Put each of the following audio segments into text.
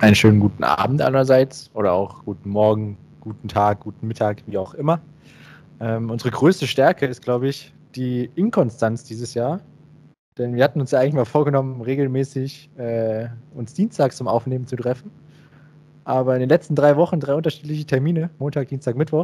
Einen schönen guten Abend allerseits oder auch guten Morgen, guten Tag, guten Mittag, wie auch immer. Unsere größte Stärke ist, glaube ich, die Inkonstanz dieses Jahr. Denn wir hatten uns ja eigentlich mal vorgenommen, regelmäßig uns dienstags zum Aufnehmen zu treffen. Aber in den letzten 3 Wochen 3 unterschiedliche Termine, Montag, Dienstag, Mittwoch.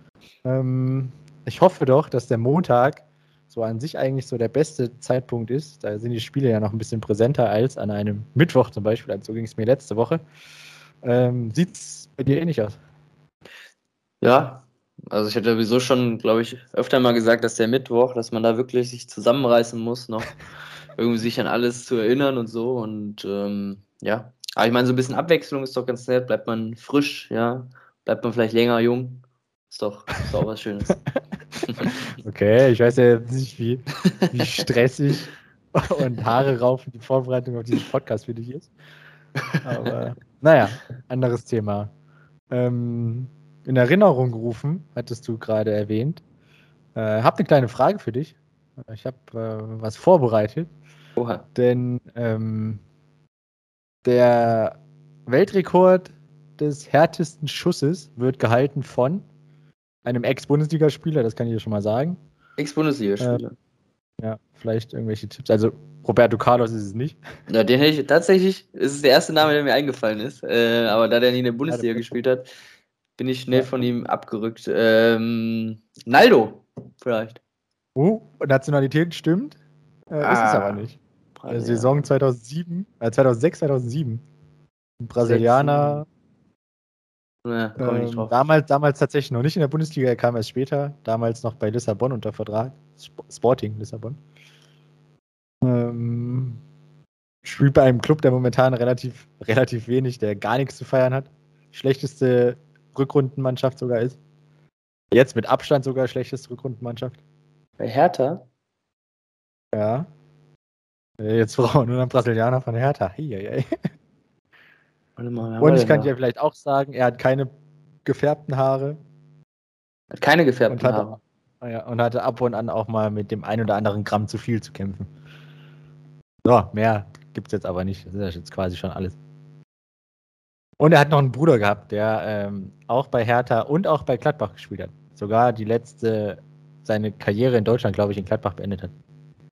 Ich hoffe doch, dass der Montag so an sich eigentlich so der beste Zeitpunkt ist. Da sind die Spiele ja noch ein bisschen präsenter als an einem Mittwoch zum Beispiel. Also so ging es mir letzte Woche. Sieht es bei dir ähnlich aus? Ja, also ich hatte sowieso schon, glaube ich, öfter mal gesagt, dass der Mittwoch, dass man da wirklich sich zusammenreißen muss, noch irgendwie sich an alles zu erinnern und so. Und ja, aber ich meine, so ein bisschen Abwechslung ist doch ganz nett. Bleibt man frisch, ja, bleibt man vielleicht länger jung. Ist doch was Schönes. Okay, ich weiß ja nicht, wie stressig und Haare raufen die Vorbereitung auf diesen Podcast für dich ist. Aber naja, anderes Thema. In Erinnerung gerufen, hattest du gerade erwähnt. Hab eine kleine Frage für dich. Ich habe was vorbereitet, Oha. denn der Weltrekord des härtesten Schusses wird gehalten von einem Ex-Bundesligaspieler, das kann ich dir schon mal sagen. Ex-Bundesligaspieler. Ja, vielleicht irgendwelche Tipps. Also Roberto Carlos ist es nicht. Ja, den hätte ich tatsächlich, es ist der erste Name, der mir eingefallen ist. Aber da der nie in der Bundesliga gespielt hat, bin ich schnell Ja. von ihm abgerückt. Naldo, vielleicht. Nationalität stimmt. Ist es aber nicht. Saison Brasilianer. 2007, 2006, 2007. Ein 6, 7. Brasilianer. Ne, komme ich nicht drauf. Damals tatsächlich noch nicht in der Bundesliga, er kam erst später. Damals noch bei Lissabon unter Vertrag. Sporting Lissabon. Spielt bei einem Club, der momentan relativ wenig, der gar nichts zu feiern hat. Schlechteste Rückrundenmannschaft sogar ist. Jetzt mit Abstand sogar schlechteste Rückrundenmannschaft. Bei Hertha? Ja. Jetzt brauchen wir nur einen Brasilianer von Hertha. Hihihi. Warte mal, wer haben Und wir ich denn kann da? dir vielleicht auch sagen, er hat keine gefärbten Haare Hat keine und gefärbten hatte, Haare. und hatte ab und an auch mal mit dem ein oder anderen Gramm zu viel zu kämpfen. So, mehr gibt es jetzt aber nicht. Das ist jetzt quasi schon alles. Und er hat noch einen Bruder gehabt, der auch bei Hertha und auch bei Gladbach gespielt hat. Sogar seine Karriere in Deutschland, glaube ich, in Gladbach beendet hat.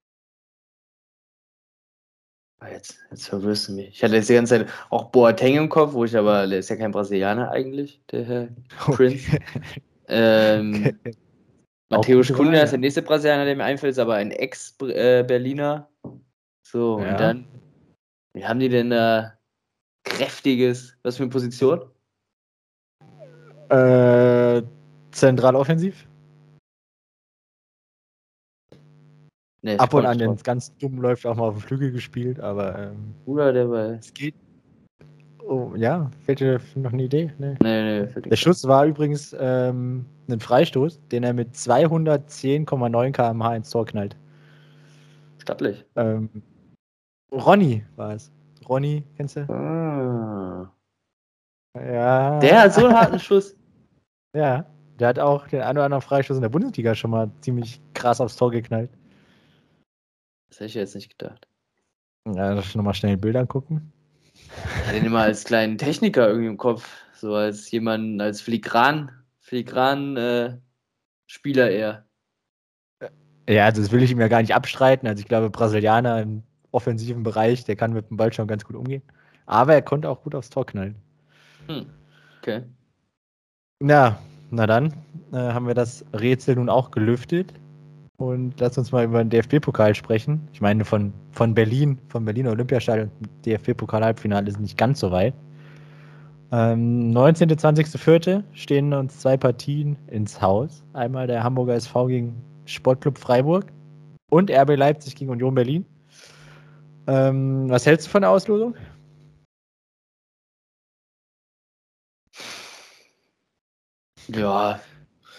Jetzt verwirrst du mich. Ich hatte jetzt die ganze Zeit auch Boateng im Kopf, der ist ja kein Brasilianer eigentlich, der Herr Prince. Okay. Auch Matthäus gute Cunha Wahl, ist der ja. nächste Brasilianer, der mir einfällt, ist aber ein Ex-Berliner. So, und Ja. dann, wie haben die denn da kräftiges, was für eine Position? Zentral offensiv. Ne, ich Ab und komme an, nicht wenn drauf. es ganz dumm läuft, auch mal auf dem Flügel gespielt, aber Bruder, der bei. es geht. Oh, ja, fällt dir noch eine Idee? Nee. Nee, fällt Der nichts ein. Schuss war übrigens ein Freistoß, den er mit 210,9 km/h ins Tor knallt. Stattlich. Ronny war es. Ronny, kennst du? Ah. Der Ja. hat so einen harten Schuss. Ja. Der hat auch den einen oder anderen Freistoß in der Bundesliga schon mal ziemlich krass aufs Tor geknallt. Das hätte ich jetzt nicht gedacht. Ja, darf ich nochmal schnell ein Bild angucken. Ich hatte ihn immer als kleinen Techniker irgendwie im Kopf. So als jemand, als filigran Spieler eher. Ja, also das will ich ihm ja gar nicht abstreiten. Also ich glaube, Brasilianer im offensiven Bereich, der kann mit dem Ball schon ganz gut umgehen. Aber er konnte auch gut aufs Tor knallen. Okay. Ja, na dann haben wir das Rätsel nun auch gelüftet. Und lass uns mal über den DFB-Pokal sprechen. Ich meine, von Berlin Olympiastadion, DFB-Pokal-Halbfinale ist nicht ganz so weit. 19. 20.04. stehen uns 2 Partien ins Haus. Einmal der Hamburger SV gegen Sportclub Freiburg und RB Leipzig gegen Union Berlin. Was hältst du von der Auslosung? Ja,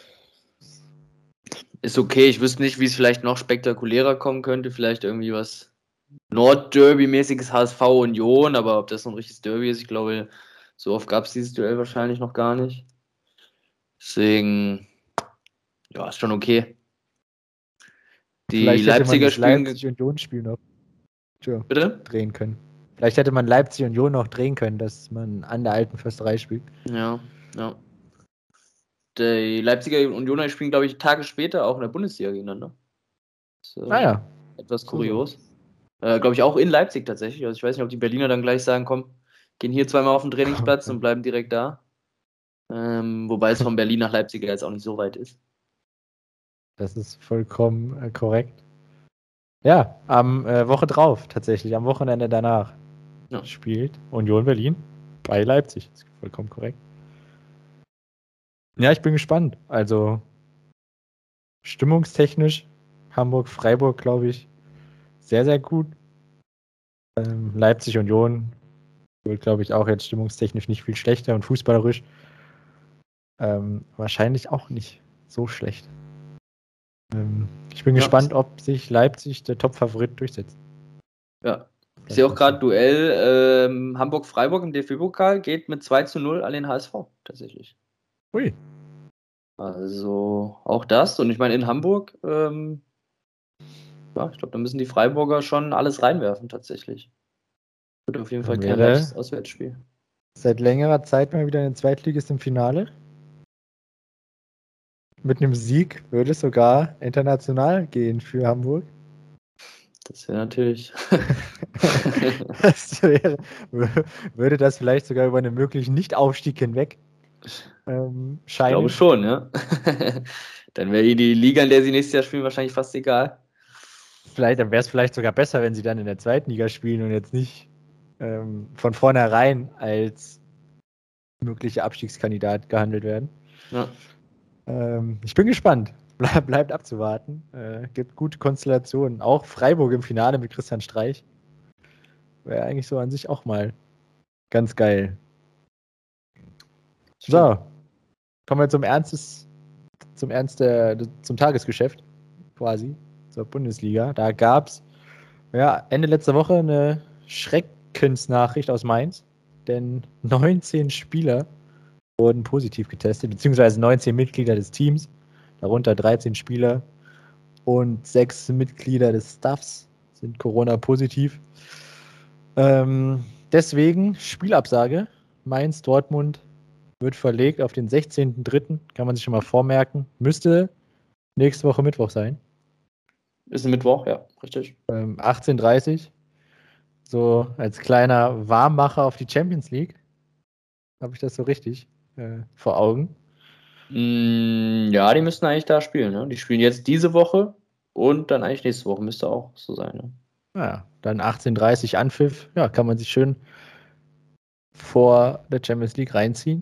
ist okay. Ich wüsste nicht, wie es vielleicht noch spektakulärer kommen könnte. Vielleicht irgendwie was Nordderby-mäßiges HSV Union, aber ob das so ein richtiges Derby ist, ich glaube, so oft gab es dieses Duell wahrscheinlich noch gar nicht. Deswegen, ja, ist schon okay. Die Vielleicht hätte man Leipziger das spielen. Leipzig-Union-Spiel noch Bitte? drehen können. Vielleicht hätte man Leipzig und Union noch drehen können, dass man an der alten Försterei spielt. Ja. Die Leipziger und Unioner spielen, glaube ich, Tage später auch in der Bundesliga gegeneinander. Naja. Etwas kurios. Glaube ich auch in Leipzig tatsächlich. Also ich weiß nicht, ob die Berliner dann gleich sagen, komm, gehen hier zweimal auf den Trainingsplatz und bleiben direkt da. Wobei es von Berlin nach Leipzig jetzt auch nicht so weit ist. Das ist vollkommen korrekt. Ja, am Woche drauf tatsächlich, am Wochenende danach spielt Union Berlin bei Leipzig. Das ist vollkommen korrekt. Ja, ich bin gespannt. Also stimmungstechnisch Hamburg-Freiburg, glaube ich, sehr, sehr gut. Leipzig-Union wird, glaube ich, auch jetzt stimmungstechnisch nicht viel schlechter und fußballerisch wahrscheinlich auch nicht so schlecht. Ich bin gespannt, ob sich Leipzig, der Top-Favorit, durchsetzt. Ja. Ich sehe auch gerade Duell Hamburg-Freiburg im DFB-Pokal geht mit 2:0 an den HSV tatsächlich. Ui. Also auch das. Und ich meine, in Hamburg, ja, ich glaube, da müssen die Freiburger schon alles reinwerfen tatsächlich. Wird auf jeden Fall kein leichtes Auswärtsspiel. Seit längerer Zeit mal wieder ein Zweitligist im Finale. Mit einem Sieg würde es sogar international gehen für Hamburg. Das wäre natürlich. Würde das vielleicht sogar über einen möglichen Nicht-Aufstieg hinweg scheinen? Ich glaube schon, ja. Dann wäre die Liga, in der sie nächstes Jahr spielen, wahrscheinlich fast egal. Dann wäre es vielleicht sogar besser, wenn sie dann in der zweiten Liga spielen und jetzt nicht von vornherein als möglicher Abstiegskandidat gehandelt werden. Ja. Ich bin gespannt. Bleibt abzuwarten. Gibt gute Konstellationen. Auch Freiburg im Finale mit Christian Streich. Wäre eigentlich so an sich auch mal ganz geil. So, kommen wir zum Tagesgeschäft quasi, zur Bundesliga. Da gab es Ende letzter Woche eine Schreckensnachricht aus Mainz, denn 19 Spieler wurden positiv getestet, beziehungsweise 19 Mitglieder des Teams, darunter 13 Spieler und 6 Mitglieder des Staffs sind Corona-positiv. Deswegen Spielabsage. Mainz-Dortmund wird verlegt auf den 16.03. Kann man sich schon mal vormerken. Müsste nächste Woche Mittwoch sein. Ist ein Mittwoch, ja, richtig. 18:30. So als kleiner Warmmacher auf die Champions League. Habe ich das so richtig vor Augen? Ja, die müssten eigentlich da spielen. Ne? Die spielen jetzt diese Woche und dann eigentlich nächste Woche. Müsste auch so sein. Ne? Ja, dann 18:30 Anpfiff. Ja, kann man sich schön vor der Champions League reinziehen.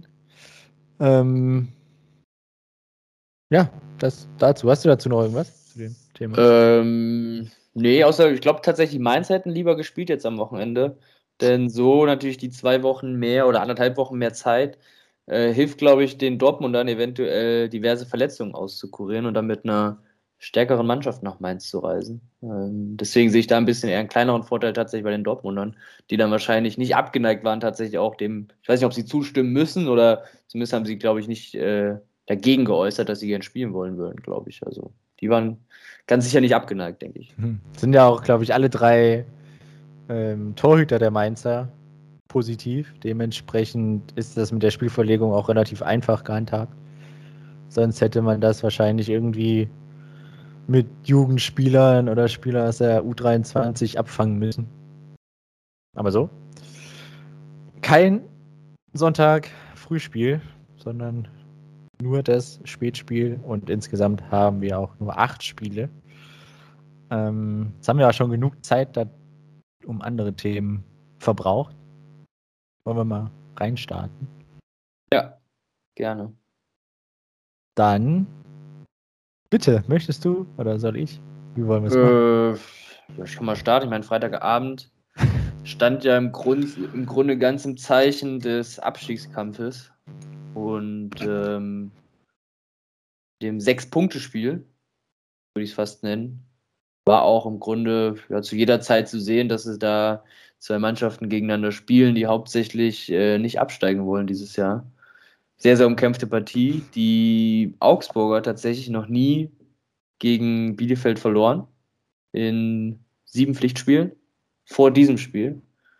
Ja, das dazu. Hast du dazu noch irgendwas zu dem Thema? Nee, außer ich glaube tatsächlich, Mainz hätten lieber gespielt jetzt am Wochenende. Denn so natürlich die 2 Wochen mehr oder 1,5 Wochen mehr Zeit hilft, glaube ich, den Dortmundern eventuell diverse Verletzungen auszukurieren und dann mit einer stärkeren Mannschaft nach Mainz zu reisen. Deswegen sehe ich da ein bisschen eher einen kleineren Vorteil tatsächlich bei den Dortmundern, die dann wahrscheinlich nicht abgeneigt waren, tatsächlich auch dem, ich weiß nicht, ob sie zustimmen müssen oder zumindest haben sie, glaube ich, nicht dagegen geäußert, dass sie gern spielen wollen würden, glaube ich. Also die waren ganz sicher nicht abgeneigt, denke ich. Sind ja auch, glaube ich, alle 3 Torhüter der Mainzer positiv. Dementsprechend ist das mit der Spielverlegung auch relativ einfach gehandhabt. Sonst hätte man das wahrscheinlich irgendwie mit Jugendspielern oder Spielern aus der U23 abfangen müssen. Aber so. Kein Sonntag-Frühspiel, sondern nur das Spätspiel und insgesamt haben wir auch nur 8 Spiele. Jetzt haben wir ja schon genug Zeit, um andere Themen verbraucht. Wollen wir mal reinstarten? Ja, gerne. Dann bitte, möchtest du oder soll ich? Wie wollen wir es machen? Ich kann mal starten. Ich meine, Freitagabend stand ja im Grunde ganz im Zeichen des Abstiegskampfes und dem 6-Punkte-Spiel, würde ich es fast nennen, war auch im Grunde zu jeder Zeit zu sehen, dass es da 2 Mannschaften gegeneinander spielen, die hauptsächlich nicht absteigen wollen dieses Jahr. Sehr, sehr umkämpfte Partie. Die Augsburger tatsächlich noch nie gegen Bielefeld verloren in 7 Pflichtspielen vor diesem Spiel.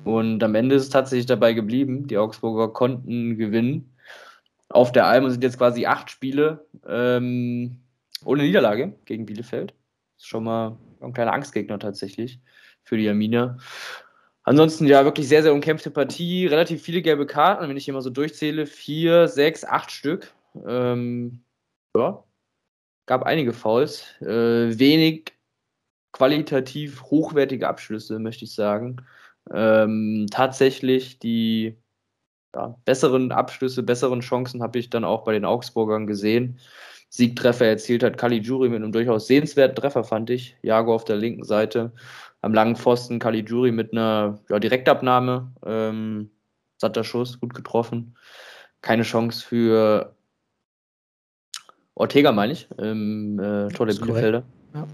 Und am Ende ist es tatsächlich dabei geblieben. Die Augsburger konnten gewinnen auf der Alm und sind jetzt quasi 8 Spiele ohne Niederlage gegen Bielefeld. Das ist schon mal ein kleiner Angstgegner tatsächlich für die Arminia. Ansonsten ja wirklich sehr, sehr umkämpfte Partie. Relativ viele gelbe Karten, wenn ich hier mal so durchzähle. 4, 6, 8 Stück. Ja, gab einige Fouls. Wenig qualitativ hochwertige Abschlüsse, möchte ich sagen. Tatsächlich die besseren Abschlüsse, besseren Chancen habe ich dann auch bei den Augsburgern gesehen. Siegtreffer erzielt hat Caligiuri mit einem durchaus sehenswerten Treffer, fand ich. Jago auf der linken Seite. Am langen Pfosten Caligiuri mit einer Direktabnahme. Satter Schuss, gut getroffen. Keine Chance für Ortega, meine ich. Tor der Bielefelder. Ja.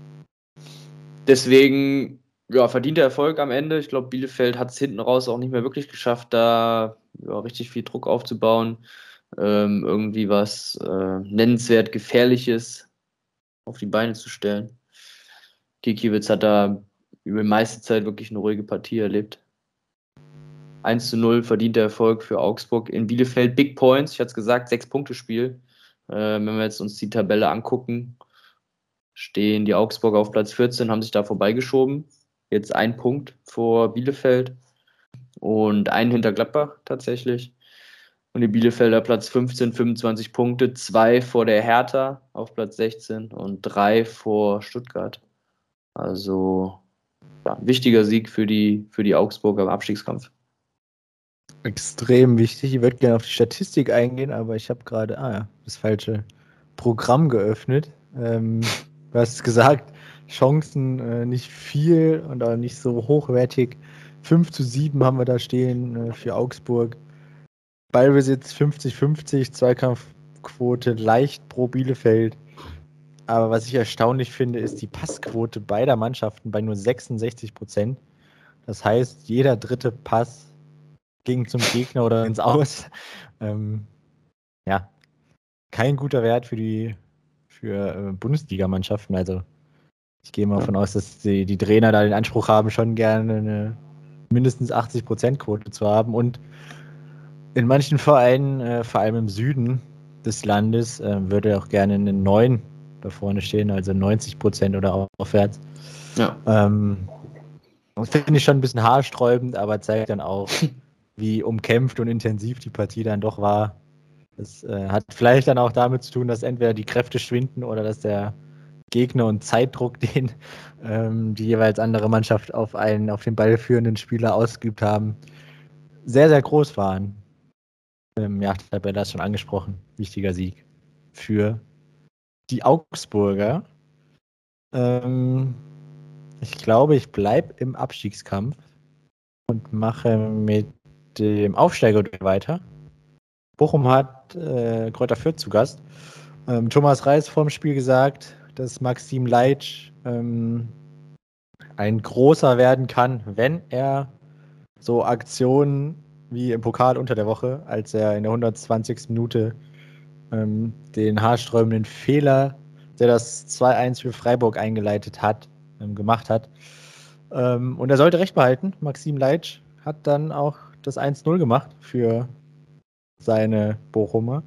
Deswegen, verdienter Erfolg am Ende. Ich glaube, Bielefeld hat es hinten raus auch nicht mehr wirklich geschafft, da richtig viel Druck aufzubauen. Irgendwie was nennenswert Gefährliches auf die Beine zu stellen. Gikiewicz hat da über die meiste Zeit wirklich eine ruhige Partie erlebt. 1:0 verdienter Erfolg für Augsburg in Bielefeld. Big Points, ich hatte es gesagt, 6-Punkte-Spiel. Wenn wir jetzt uns die Tabelle angucken, stehen die Augsburger auf Platz 14, haben sich da vorbeigeschoben. Jetzt 1 Punkt vor Bielefeld und 1 hinter Gladbach tatsächlich. Und die Bielefelder Platz 15, 25 Punkte, 2 vor der Hertha auf Platz 16 und 3 vor Stuttgart. Also ein wichtiger Sieg für die Augsburger im Abstiegskampf. Extrem wichtig. Ich würde gerne auf die Statistik eingehen, aber ich habe gerade das falsche Programm geöffnet. Du hast gesagt, Chancen nicht viel und auch nicht so hochwertig. 5:7 haben wir da stehen für Augsburg. Ballbesitz 50-50, Zweikampfquote leicht pro Bielefeld. Aber was ich erstaunlich finde, ist die Passquote beider Mannschaften bei nur 66%. Das heißt, jeder dritte Pass ging zum Gegner oder ins Aus. Kein guter Wert für Bundesligamannschaften. Also ich gehe mal davon aus, dass die Trainer da den Anspruch haben, schon gerne eine mindestens 80%-Quote zu haben. Und in manchen Vereinen, vor allem im Süden des Landes, würde auch gerne eine 9 da vorne stehen, also 90% oder aufwärts. Ja. Das finde ich schon ein bisschen haarsträubend, aber zeigt dann auch, wie umkämpft und intensiv die Partie dann doch war. Das hat vielleicht dann auch damit zu tun, dass entweder die Kräfte schwinden oder dass der Gegner und Zeitdruck, den die jeweils andere Mannschaft auf den Ball führenden Spieler ausgeübt haben, sehr, sehr groß waren. Tabelle ist schon angesprochen. Wichtiger Sieg für die Augsburger. Ich glaube, ich bleibe im Abstiegskampf und mache mit dem Aufsteiger weiter. Bochum hat Greuther Fürth zu Gast. Thomas Reis vor dem Spiel gesagt, dass Maxim Leitsch ein großer werden kann, wenn er so Aktionen wie im Pokal unter der Woche, als er in der 120. Minute den haarsträubenden Fehler, der das 2:1 für Freiburg eingeleitet hat, gemacht hat. Und er sollte recht behalten. Maxim Leitsch hat dann auch das 1:0 gemacht für seine Bochumer.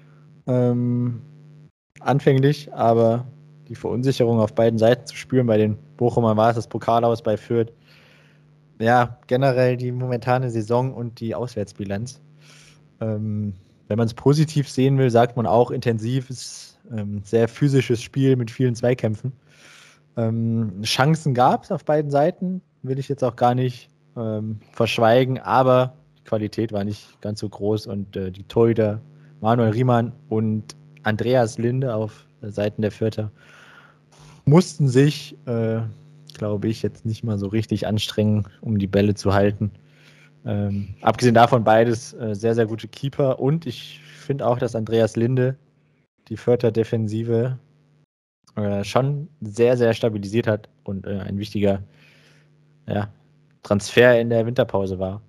Anfänglich, aber die Verunsicherung auf beiden Seiten zu spüren. Bei den Bochumern war es das Pokal aus, bei Fürth. Ja, generell die momentane Saison und die Auswärtsbilanz. Wenn man es positiv sehen will, sagt man auch intensives, sehr physisches Spiel mit vielen Zweikämpfen. Chancen gab es auf beiden Seiten, will ich jetzt auch gar nicht verschweigen, aber die Qualität war nicht ganz so groß und die Torhüter Manuel Riemann und Andreas Linde auf Seiten der Fürther mussten sich, glaube ich, jetzt nicht mal so richtig anstrengen, um die Bälle zu halten. Abgesehen davon beides sehr, sehr gute Keeper und ich finde auch, dass Andreas Linde die Fürther Defensive schon sehr, sehr stabilisiert hat und ein wichtiger Transfer in der Winterpause war.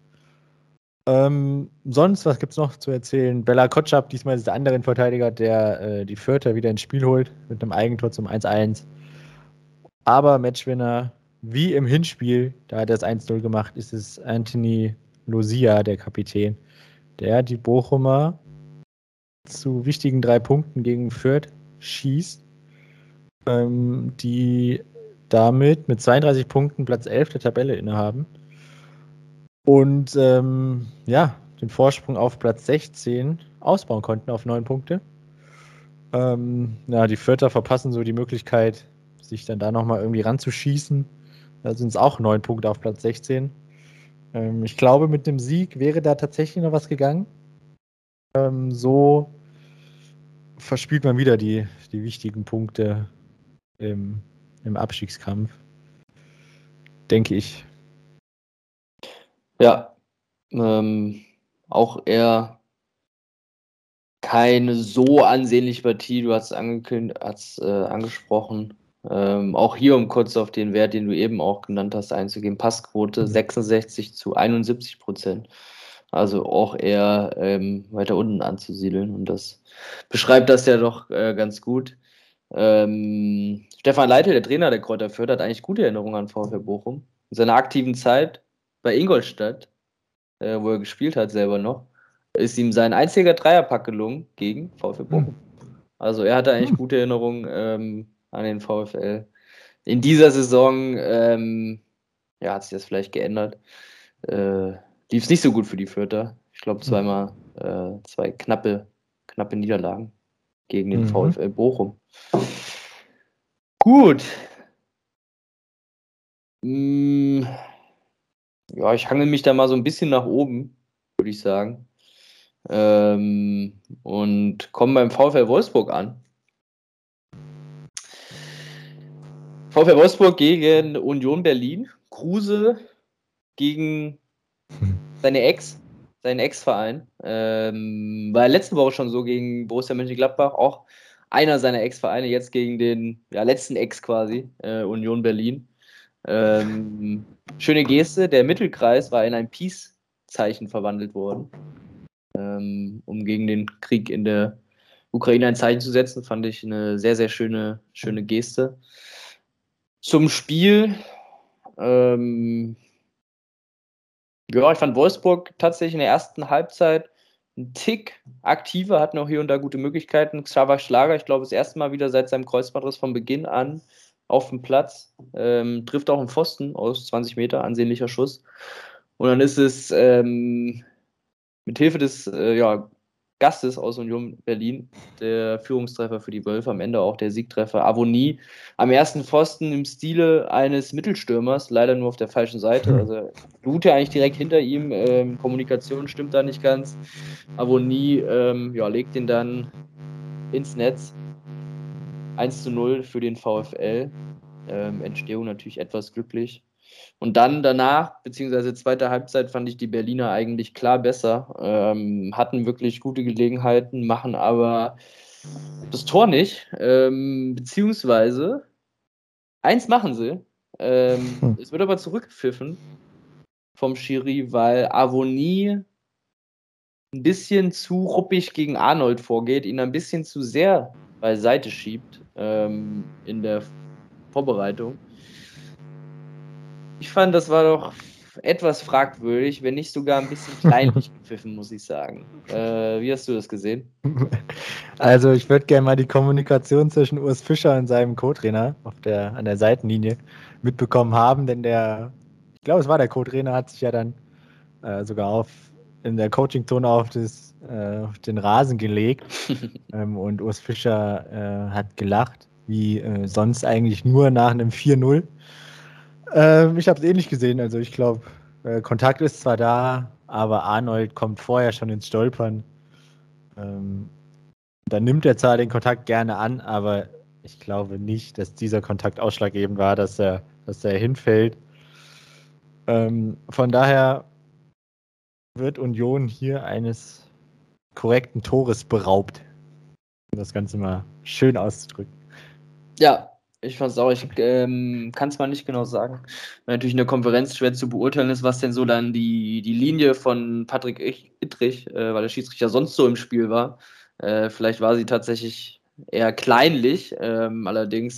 Sonst, was gibt es noch zu erzählen? Bella Kotschap, diesmal ist der andere Verteidiger, der die Fürther wieder ins Spiel holt mit einem Eigentor zum 1:1. Aber Matchwinner wie im Hinspiel, da hat er das 1-0 gemacht, ist es Anthony Lucia, der Kapitän, der die Bochumer zu wichtigen 3 Punkten gegen Fürth schießt, die damit mit 32 Punkten Platz 11 der Tabelle innehaben und den Vorsprung auf Platz 16 ausbauen konnten auf 9 Punkte. Die Fürther verpassen so die Möglichkeit, sich dann da nochmal irgendwie ranzuschießen. Da sind es auch 9 Punkte auf Platz 16. Ich glaube, mit dem Sieg wäre da tatsächlich noch was gegangen. So verspielt man wieder die wichtigen Punkte im Abstiegskampf. Denke ich. Ja, auch eher keine so ansehnliche Partie. Du hast angesprochen. Auch hier, um kurz auf den Wert, den du eben auch genannt hast, einzugehen, Passquote 66% Also auch eher weiter unten anzusiedeln. Und das beschreibt das ja doch ganz gut. Stefan Leitl, der Trainer der Kräuter Fürth, hat eigentlich gute Erinnerungen an VfL Bochum. In seiner aktiven Zeit bei Ingolstadt, wo er gespielt hat, selber noch, ist ihm sein einziger Dreierpack gelungen gegen VfL Bochum. Also er hatte eigentlich gute Erinnerungen an den VfL. In dieser Saison hat sich das vielleicht geändert. Lief es nicht so gut für die Fürther. Ich glaube, zwei knappe Niederlagen gegen den VfL Bochum. Gut. Ich hangel mich da mal so ein bisschen nach oben, würde ich sagen. Und komme beim VfL Wolfsburg an. VfL Wolfsburg gegen Union Berlin. Kruse gegen seinen Ex-Verein. War letzte Woche schon so gegen Borussia Mönchengladbach, auch einer seiner Ex-Vereine, jetzt gegen den letzten Ex quasi, Union Berlin. Schöne Geste, der Mittelkreis war in ein Peace-Zeichen verwandelt worden, um gegen den Krieg in der Ukraine ein Zeichen zu setzen, fand ich eine sehr, sehr schöne Geste. Zum Spiel, ich fand Wolfsburg tatsächlich in der ersten Halbzeit einen Tick aktiver, hatten auch hier und da gute Möglichkeiten. Xaver Schlager, ich glaube, das erste Mal wieder seit seinem Kreuzbandriss von Beginn an auf dem Platz. Trifft auch einen Pfosten aus 20 Meter, ansehnlicher Schuss. Und dann ist es mit Hilfe des Gastes aus Union Berlin der Führungstreffer für die Wölfe, am Ende auch der Siegtreffer. Avonie am ersten Pfosten im Stile eines Mittelstürmers, leider nur auf der falschen Seite. Also Lute eigentlich direkt hinter ihm, Kommunikation stimmt da nicht ganz. Avonie legt ihn dann ins Netz. 1:0 für den VfL. Entstehung natürlich etwas glücklich. Und dann danach, beziehungsweise zweite Halbzeit, fand ich die Berliner eigentlich klar besser. Hatten wirklich gute Gelegenheiten, machen aber das Tor nicht. Beziehungsweise, eins machen sie. Es wird aber zurückgepfiffen vom Schiri, weil Avonie ein bisschen zu ruppig gegen Arnold vorgeht, ihn ein bisschen zu sehr beiseite schiebt in der Vorbereitung. Ich fand, das war doch etwas fragwürdig, wenn nicht sogar ein bisschen kleinlich gepfiffen, muss ich sagen. Wie hast du das gesehen? Also ich würde gerne mal die Kommunikation zwischen Urs Fischer und seinem Co-Trainer an der Seitenlinie mitbekommen haben, denn ich glaube, es war der Co-Trainer, hat sich ja dann sogar in der Coaching-Zone auf den Rasen gelegt und Urs Fischer hat gelacht, wie sonst eigentlich nur nach einem 4:0. Ich habe es ähnlich gesehen, also ich glaube, Kontakt ist zwar da, aber Arnold kommt vorher schon ins Stolpern. Dann nimmt er zwar den Kontakt gerne an, aber ich glaube nicht, dass dieser Kontakt ausschlaggebend war, dass er hinfällt. Von daher wird Union hier eines korrekten Tores beraubt, um das Ganze mal schön auszudrücken. Ja, ich fand es auch. Ich kann es mal nicht genau sagen. Weil natürlich in der Konferenz schwer zu beurteilen ist, was denn so dann die Linie von Patrick Ittrich, weil der Schiedsrichter sonst so im Spiel war. Vielleicht war sie tatsächlich eher kleinlich. Allerdings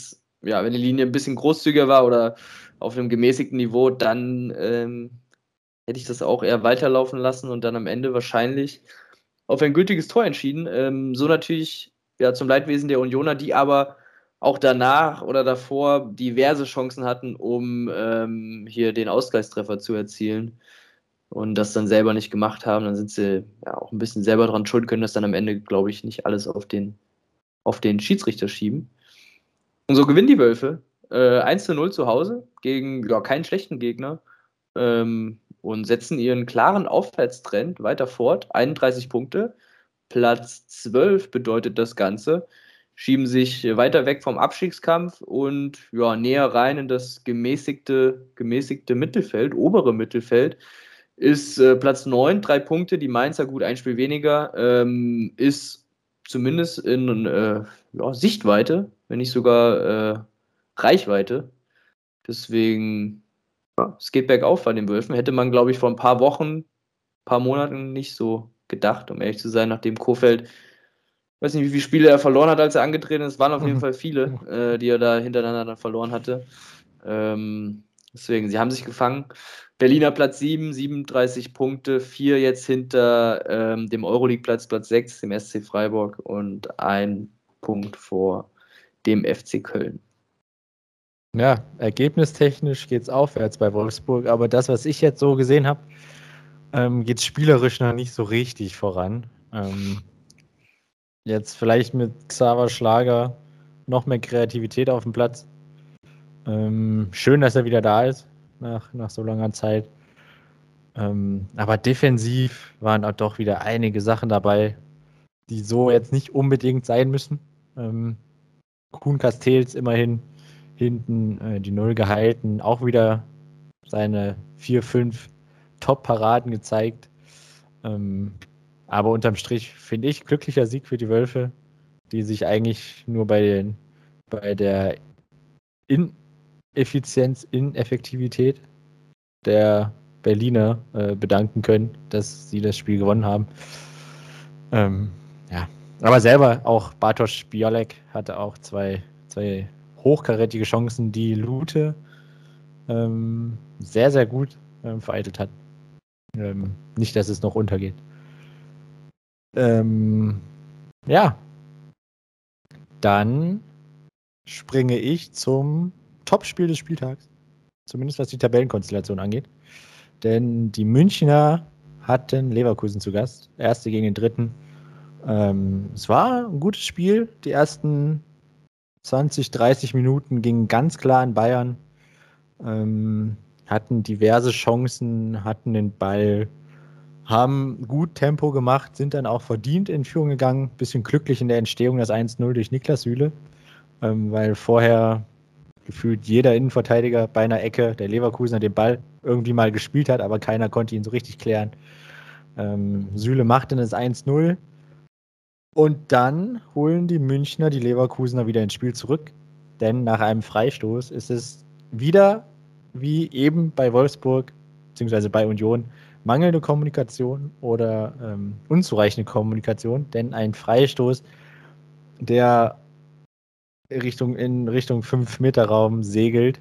ja, wenn die Linie ein bisschen großzügiger war oder auf einem gemäßigten Niveau, dann hätte ich das auch eher weiterlaufen lassen und dann am Ende wahrscheinlich auf ein gültiges Tor entschieden. So natürlich ja, zum Leidwesen der Unioner, die aber auch danach oder davor diverse Chancen hatten, um hier den Ausgleichstreffer zu erzielen und das dann selber nicht gemacht haben. Dann sind sie ja auch ein bisschen selber dran schuld, können das dann am Ende, glaube ich, nicht alles auf den Schiedsrichter schieben. Und so gewinnen die Wölfe 1:0 zu Hause gegen ja, keinen schlechten Gegner und setzen ihren klaren Aufwärtstrend weiter fort. 31 Punkte. Platz 12 bedeutet das Ganze. Schieben sich weiter weg vom Abstiegskampf und ja, näher rein in das gemäßigte Mittelfeld, obere Mittelfeld. Ist Platz 9, 3 Punkte, die Mainzer gut ein Spiel weniger, ist zumindest in ja, Sichtweite, wenn nicht sogar Reichweite. Deswegen, ja, es geht bergauf bei den Wölfen. Hätte man, glaube ich, vor ein paar Wochen, paar Monaten nicht so gedacht, um ehrlich zu sein, nachdem Kohfeldt, weiß nicht, wie viele Spiele er verloren hat, als er angetreten ist. Es waren auf jeden Fall viele, die er da hintereinander dann verloren hatte. Deswegen, sie haben sich gefangen. Berliner Platz 7, 37 Punkte, 4 jetzt hinter dem Euroleague-Platz, Platz 6, dem SC Freiburg und 1 Punkt vor dem FC Köln. Ja, ergebnistechnisch geht es aufwärts bei Wolfsburg, aber das, was ich jetzt so gesehen habe, geht spielerisch noch nicht so richtig voran. Jetzt vielleicht mit Xaver Schlager noch mehr Kreativität auf dem Platz. Schön, dass er wieder da ist, nach so langer Zeit. Aber defensiv waren auch doch wieder einige Sachen dabei, die so jetzt nicht unbedingt sein müssen. Kuhn Castells immerhin hinten die Null gehalten, auch wieder seine 4, 5 Top-Paraden gezeigt. Aber unterm Strich finde ich glücklicher Sieg für die Wölfe, die sich eigentlich nur bei der Ineffektivität der Berliner bedanken können, dass sie das Spiel gewonnen haben. Ja, aber selber auch Bartosz Biolek hatte auch zwei hochkarätige Chancen, die Lute sehr, sehr gut vereitelt hat. Nicht, dass es noch untergeht. Ja, dann springe ich zum Topspiel des Spieltags. Zumindest was die Tabellenkonstellation angeht. Denn die Münchner hatten Leverkusen zu Gast. Erste gegen den Dritten. Es war ein gutes Spiel. Die ersten 20, 30 Minuten gingen ganz klar an Bayern. Hatten diverse Chancen, hatten den Ball, haben gut Tempo gemacht, sind dann auch verdient in Führung gegangen. Bisschen glücklich in der Entstehung das 1:0 durch Niklas Süle, weil vorher gefühlt jeder Innenverteidiger bei einer Ecke der Leverkusener den Ball irgendwie mal gespielt hat, aber keiner konnte ihn so richtig klären. Süle macht dann das 1:0 und dann holen die Münchner die Leverkusener wieder ins Spiel zurück, denn nach einem Freistoß ist es wieder wie eben bei Wolfsburg bzw. bei Union mangelnde Kommunikation oder unzureichende Kommunikation, denn ein Freistoß, der in Richtung 5-Meter-Raum segelt,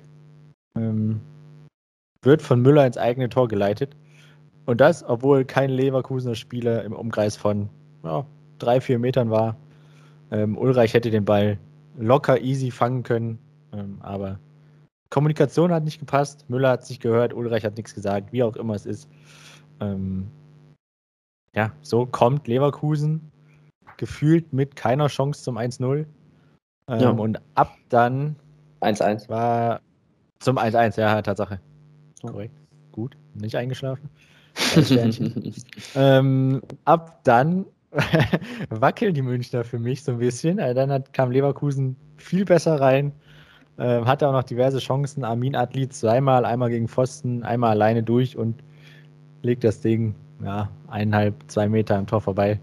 wird von Müller ins eigene Tor geleitet. Und das, obwohl kein Leverkusener Spieler im Umkreis von 3-4 Metern war. Ulreich hätte den Ball locker easy fangen können, aber Kommunikation hat nicht gepasst. Müller hat es nicht gehört, Ulreich hat nichts gesagt, wie auch immer es ist. Ja, so kommt Leverkusen gefühlt mit keiner Chance zum 1:0. Ja. Und ab dann 1:1. war zum 1:1, ja, Tatsache. Korrekt. Gut, nicht eingeschlafen. 3 Sternchen. Ab dann wackeln die Münchner für mich so ein bisschen. Dann kam Leverkusen viel besser rein. Hatte auch noch diverse Chancen. Amin Adli zweimal, einmal gegen Pfosten, einmal alleine durch und legt das Ding 1,5, 2 Meter am Tor vorbei.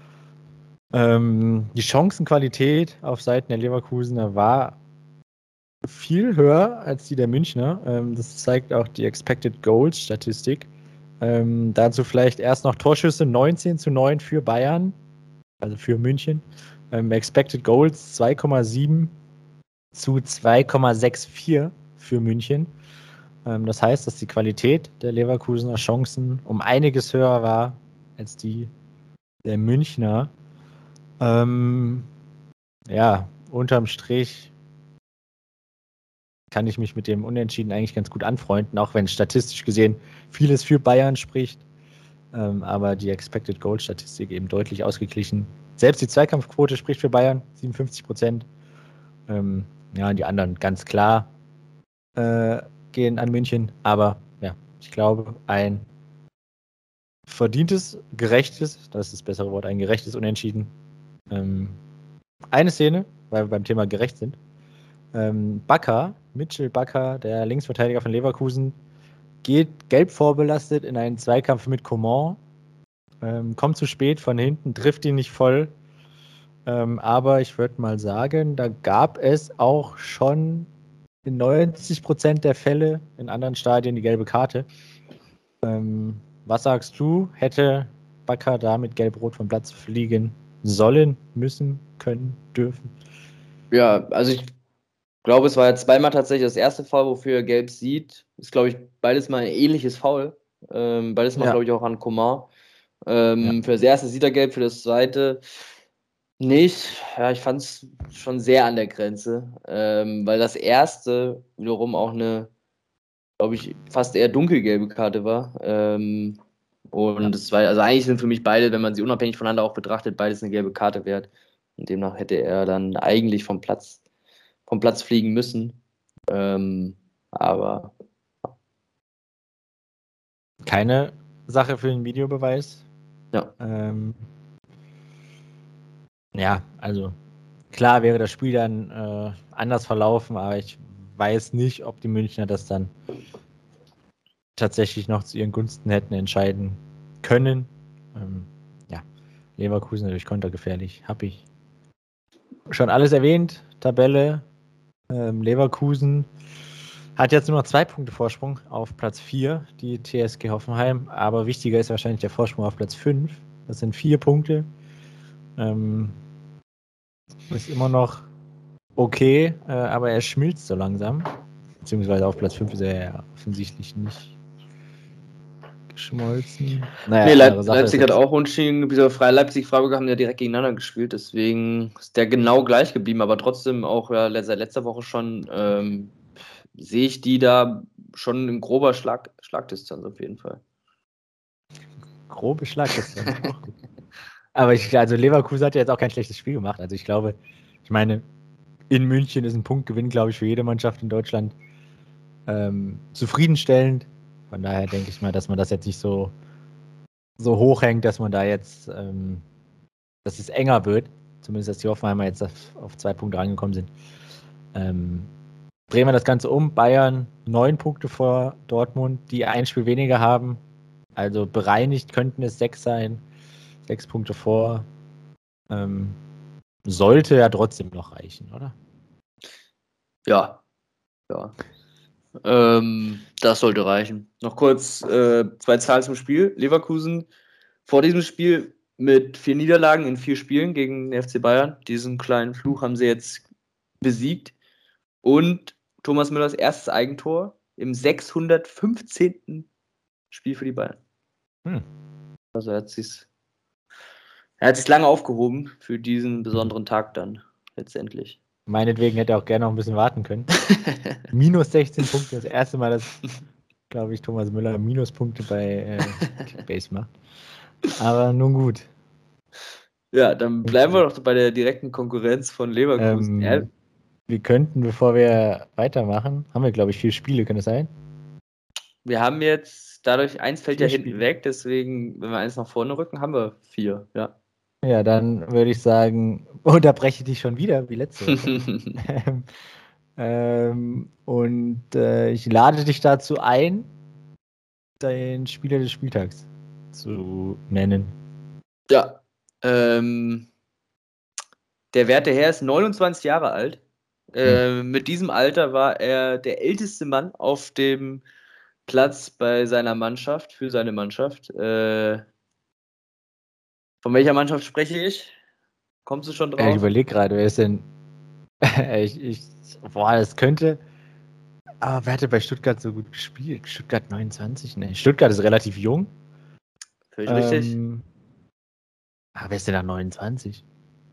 Die Chancenqualität auf Seiten der Leverkusener war viel höher als die der Münchner. Das zeigt auch die Expected Goals Statistik. Dazu vielleicht erst noch Torschüsse 19:9 für Bayern, also für München. Expected Goals 2,7 zu 2,64 für München. Das heißt, dass die Qualität der Leverkusener Chancen um einiges höher war als die der Münchner. Ja, unterm Strich kann ich mich mit dem Unentschieden eigentlich ganz gut anfreunden, auch wenn statistisch gesehen vieles für Bayern spricht. Aber die Expected Goal Statistik eben deutlich ausgeglichen. Selbst die Zweikampfquote spricht für Bayern, 57%. Ja, die anderen ganz klar gehen an München. Aber ja, ich glaube, ein verdientes, gerechtes, das ist das bessere Wort, ein gerechtes Unentschieden. Eine Szene, weil wir beim Thema gerecht sind. Mitchell Bakker, der Linksverteidiger von Leverkusen, geht gelb vorbelastet in einen Zweikampf mit Coman, kommt zu spät von hinten, trifft ihn nicht voll. Aber ich würde mal sagen, da gab es auch schon in 90% der Fälle in anderen Stadien die gelbe Karte. Was sagst du? Hätte Bakker da mit Gelb-Rot vom Platz fliegen sollen, müssen, können, dürfen? Ja, also ich glaube, es war ja zweimal tatsächlich das erste Foul, wofür er gelb sieht. Ist, glaube ich, beides mal ein ähnliches Foul. Beides mal, glaube ich, auch an Coman. Für das erste sieht er gelb, für das zweite nicht. Ja, ich fand es schon sehr an der Grenze, weil das erste wiederum auch eine, glaube ich, fast eher dunkelgelbe Karte war. Und es war, also eigentlich sind für mich beide, wenn man sie unabhängig voneinander auch betrachtet, beides eine gelbe Karte wert. Und demnach hätte er dann eigentlich vom Platz fliegen müssen. Aber keine Sache für den Videobeweis. ja. Ja, also klar wäre das Spiel dann anders verlaufen, aber ich weiß nicht, ob die Münchner das dann tatsächlich noch zu ihren Gunsten hätten entscheiden können. Ja, Leverkusen natürlich kontergefährlich, habe ich schon alles erwähnt. Tabelle, Leverkusen hat jetzt nur noch 2 Punkte Vorsprung auf Platz 4, die TSG Hoffenheim, aber wichtiger ist wahrscheinlich der Vorsprung auf Platz 5. Das sind 4 Punkte. Ist immer noch okay, aber er schmilzt so langsam. Beziehungsweise auf Platz 5 ist er ja offensichtlich nicht geschmolzen. Naja, Nee, andere Sache ist Leipzig hat jetzt, auch unentschieden. Leipzig, Freiburg haben ja direkt gegeneinander gespielt, deswegen ist der genau gleich geblieben, aber trotzdem auch seit letzter Woche schon sehe ich die da schon in grober Schlagdistanz auf jeden Fall. grobe Schlagdistanz. Aber also Leverkusen hat ja jetzt auch kein schlechtes Spiel gemacht. Also ich glaube, ich meine, in München ist ein Punktgewinn, glaube ich, für jede Mannschaft in Deutschland zufriedenstellend. Von daher denke ich mal, dass man das jetzt nicht so hochhängt, dass man da jetzt, dass es enger wird. Zumindest, dass die Hoffenheimer jetzt auf 2 Punkte rangekommen sind. Drehen wir das Ganze um. Bayern 9 Punkte vor Dortmund, die ein Spiel weniger haben. Also bereinigt könnten es 6 sein. 6 Punkte vor. Sollte ja trotzdem noch reichen, oder? Ja. Das sollte reichen. Noch kurz 2 Zahlen zum Spiel. Leverkusen vor diesem Spiel mit 4 Niederlagen in 4 Spielen gegen den FC Bayern. Diesen kleinen Fluch haben sie jetzt besiegt. Und Thomas Müllers erstes Eigentor im 615. Spiel für die Bayern. Also er hat sich lange aufgehoben für diesen besonderen Tag dann letztendlich. Meinetwegen hätte er auch gerne noch ein bisschen warten können. Minus 16 Punkte, das erste Mal, dass, glaube ich, Thomas Müller Minuspunkte bei Kickbase macht. Aber nun gut. Ja, dann bleiben wir doch bei der direkten Konkurrenz von Leverkusen. Wir könnten, bevor wir weitermachen, haben wir, glaube ich, 4 Spiele, kann das sein? Wir haben jetzt, dadurch, eins fällt 4 ja hinten Spiele. weg, deswegen, wenn wir eins nach vorne rücken, haben wir 4, ja. Ja, dann würde ich sagen, unterbreche ich dich schon wieder, wie letzte Woche. Und ich lade dich dazu ein, den Spieler des Spieltags zu nennen. Ja, der werte Herr ist 29 Jahre alt. Mit diesem Alter war er der älteste Mann auf dem Platz bei seiner Mannschaft, für seine Mannschaft. Von welcher Mannschaft spreche ich? Kommst du schon drauf? Ich überlege gerade, wer ist denn Boah, das könnte. Aber wer hatte bei Stuttgart so gut gespielt? Stuttgart 29? Ne, Stuttgart ist relativ jung. Völlig richtig. Wer ist denn da 29?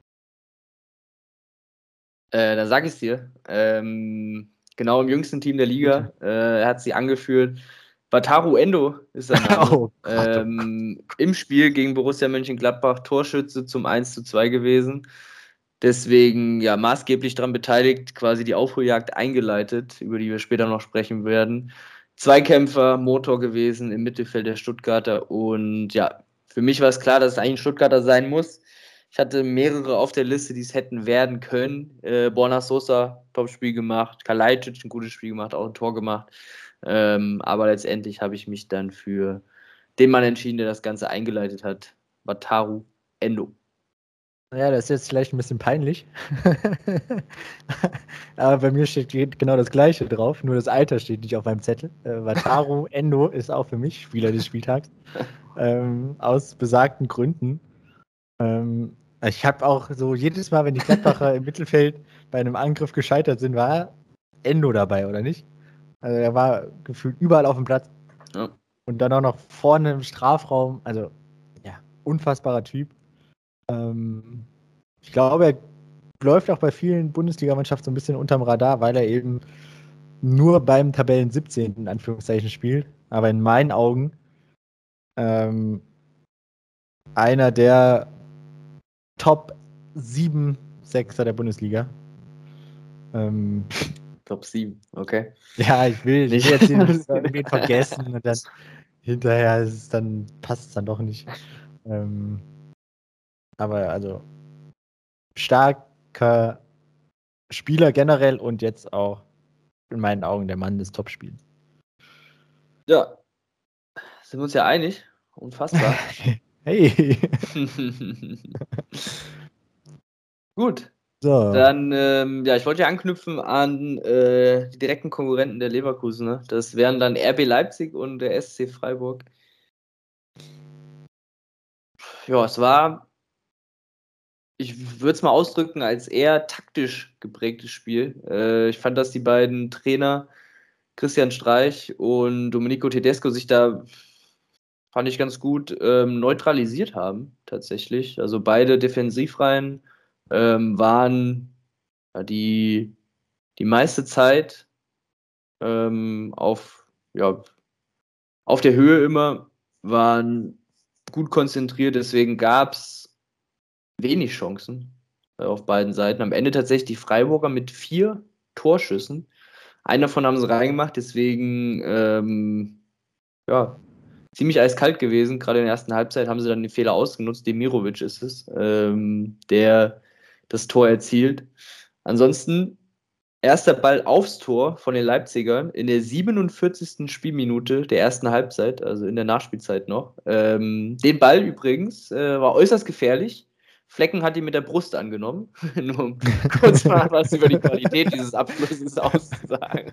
Da sag ich's dir. Genau im jüngsten Team der Liga. Er hat sie angeführt. Wataru Endo ist sein Name. Oh Gott, oh Gott. Im Spiel gegen Borussia Mönchengladbach Torschütze zum 1:2 gewesen. Deswegen ja maßgeblich daran beteiligt, quasi die Aufholjagd eingeleitet, über die wir später noch sprechen werden. Zweikämpfer, Motor gewesen im Mittelfeld der Stuttgarter. Und ja, für mich war es klar, dass es eigentlich ein Stuttgarter sein muss. Ich hatte mehrere auf der Liste, die es hätten werden können. Borna Sosa, Top-Spiel gemacht. Kalajdzic, ein gutes Spiel gemacht, auch ein Tor gemacht. Aber letztendlich habe ich mich dann für den Mann entschieden, der das Ganze eingeleitet hat. Wataru Endo. Ja, das ist jetzt vielleicht ein bisschen peinlich. Aber bei mir steht genau das Gleiche drauf, nur das Alter steht nicht auf meinem Zettel. Wataru Endo ist auch für mich Spieler des Spieltags. Aus besagten Gründen. Ich habe auch so jedes Mal, wenn die Gladbacher im Mittelfeld bei einem Angriff gescheitert sind, war Endo dabei, oder nicht? Also er war gefühlt überall auf dem Platz. Ja. Und dann auch noch vorne im Strafraum. Also, ja, unfassbarer Typ. Ich glaube, er läuft auch bei vielen Bundesligamannschaften so ein bisschen unterm Radar, weil er eben nur beim Tabellen 17. in Anführungszeichen spielt. Aber in meinen Augen einer der Top 7 Sechser der Bundesliga. Top 7, okay. Ja, ich will jetzt nicht irgendwen vergessen und dann hinterher passt es dann doch nicht. Aber also starker Spieler generell und jetzt auch in meinen Augen der Mann des Topspiels. Ja, sind wir uns ja einig. Unfassbar. Hey. Gut. So. Dann, ja, ich wollte ja anknüpfen an die direkten Konkurrenten der Leverkusen. Ne? Das wären dann RB Leipzig und der SC Freiburg. Ja, es war, ich würde es mal ausdrücken, als eher taktisch geprägtes Spiel. Ich fand, dass die beiden Trainer, Christian Streich und Domenico Tedesco, sich da, fand ich ganz gut, neutralisiert haben, tatsächlich. Also beide Defensivreihen waren ja, die meiste Zeit ja, auf der Höhe immer, waren gut konzentriert, deswegen gab es wenig Chancen auf beiden Seiten. Am Ende tatsächlich die Freiburger mit 4 Torschüssen. Einen davon haben sie reingemacht, deswegen ja, ziemlich eiskalt gewesen. Gerade in der ersten Halbzeit haben sie dann den Fehler ausgenutzt. Demirovic ist es, der das Tor erzielt. Ansonsten erster Ball aufs Tor von den Leipzigern in der 47. Spielminute der ersten Halbzeit, also in der Nachspielzeit noch. Den Ball übrigens war äußerst gefährlich. Flecken hat ihn mit der Brust angenommen, nur um kurz mal was über die Qualität dieses Abschlusses auszusagen.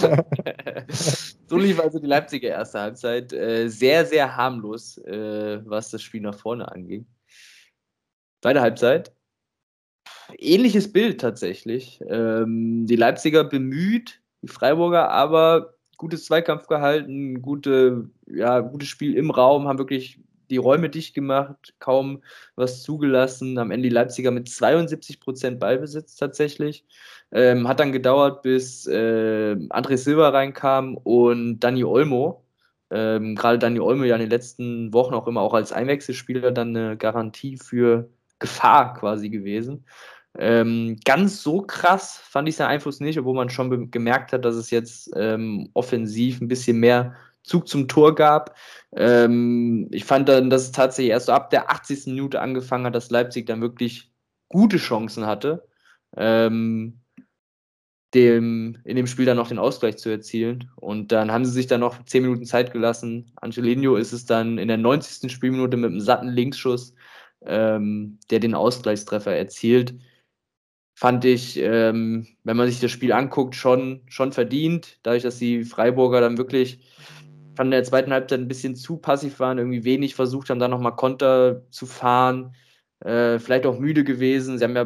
So lief also die Leipziger erste Halbzeit. Sehr, sehr harmlos, was das Spiel nach vorne anging. Zweite Halbzeit. Ähnliches Bild tatsächlich. Die Leipziger bemüht, die Freiburger aber gutes Zweikampf gehalten, gutes Spiel im Raum, haben wirklich die Räume dicht gemacht, kaum was zugelassen. Am Ende die Leipziger mit 72% Ballbesitz tatsächlich. Hat dann gedauert, bis André Silva reinkam und Dani Olmo. Gerade Dani Olmo ja in den letzten Wochen auch immer auch als Einwechselspieler dann eine Garantie für Gefahr quasi gewesen. Ganz so krass fand ich seinen Einfluss nicht, obwohl man schon gemerkt hat, dass es jetzt offensiv ein bisschen mehr Zug zum Tor gab. Ich fand dann, dass es tatsächlich erst so ab der 80. Minute angefangen hat, dass Leipzig dann wirklich gute Chancen hatte, in dem Spiel dann noch den Ausgleich zu erzielen. Und dann haben sie sich dann noch 10 Minuten Zeit gelassen. Angelino ist es dann in der 90. Spielminute mit einem satten Linksschuss, der den Ausgleichstreffer erzielt. Fand ich, wenn man sich das Spiel anguckt, schon verdient, dadurch, dass die Freiburger dann wirklich in der zweiten Halbzeit ein bisschen zu passiv waren, irgendwie wenig versucht haben, da nochmal Konter zu fahren, vielleicht auch müde gewesen. Sie haben ja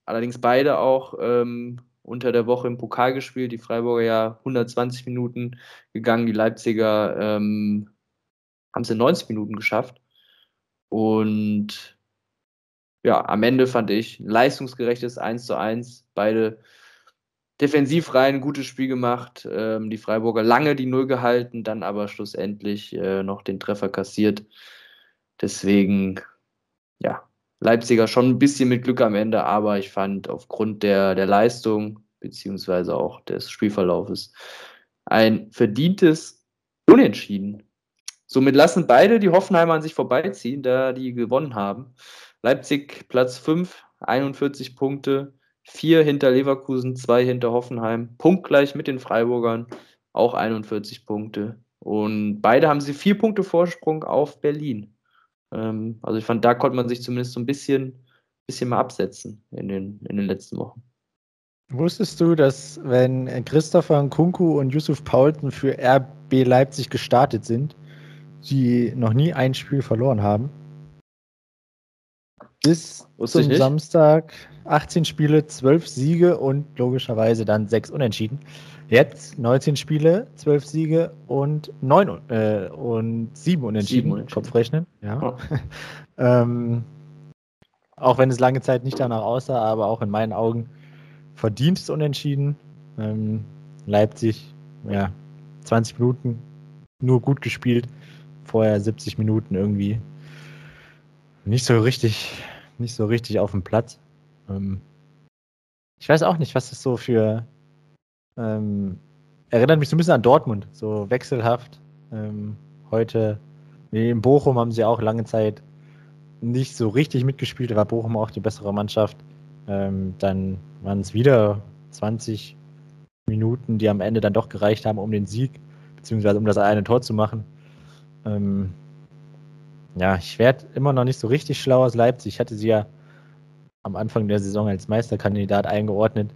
allerdings beide auch unter der Woche im Pokal gespielt. Die Freiburger ja 120 Minuten gegangen, die Leipziger haben es in 90 Minuten geschafft. Und ja, am Ende fand ich ein leistungsgerechtes 1:1. Beide defensiv rein, ein gutes Spiel gemacht. Die Freiburger lange die Null gehalten, dann aber schlussendlich noch den Treffer kassiert. Deswegen, ja, Leipziger schon ein bisschen mit Glück am Ende, aber ich fand aufgrund der Leistung beziehungsweise auch des Spielverlaufes ein verdientes Unentschieden. Somit lassen beide die Hoffenheimer an sich vorbeiziehen, da die gewonnen haben. Leipzig Platz 5, 41 Punkte, 4 hinter Leverkusen, 2 hinter Hoffenheim, punktgleich mit den Freiburgern, auch 41 Punkte. Und beide haben sie 4 Punkte Vorsprung auf Berlin. Also ich fand, da konnte man sich zumindest so ein bisschen mal absetzen in den letzten Wochen. Wusstest du, dass wenn Christopher Nkunku und Yusuf Poulsen für RB Leipzig gestartet sind, die noch nie ein Spiel verloren haben? Bis Wusste ich zum nicht. Samstag 18 Spiele, 12 Siege und logischerweise dann 6 Unentschieden. Jetzt 19 Spiele, 12 Siege und 7 Unentschieden. 7 Unentschieden. Kopfrechnen. Ja. Oh. Auch wenn es lange Zeit nicht danach aussah, aber auch in meinen Augen verdientes Unentschieden. Leipzig, ja, 20 Minuten nur gut gespielt. Vorher 70 Minuten irgendwie nicht so richtig auf dem Platz. Ich weiß auch nicht, was das so für erinnert mich so ein bisschen an Dortmund, so wechselhaft. Heute in Bochum haben sie auch lange Zeit nicht so richtig mitgespielt, da war Bochum auch die bessere Mannschaft. Dann waren es wieder 20 Minuten, die am Ende dann doch gereicht haben, um den Sieg, beziehungsweise um das eine Tor zu machen. Ja, ich werde immer noch nicht so richtig schlau aus Leipzig. Ich hatte sie ja am Anfang der Saison als Meisterkandidat eingeordnet.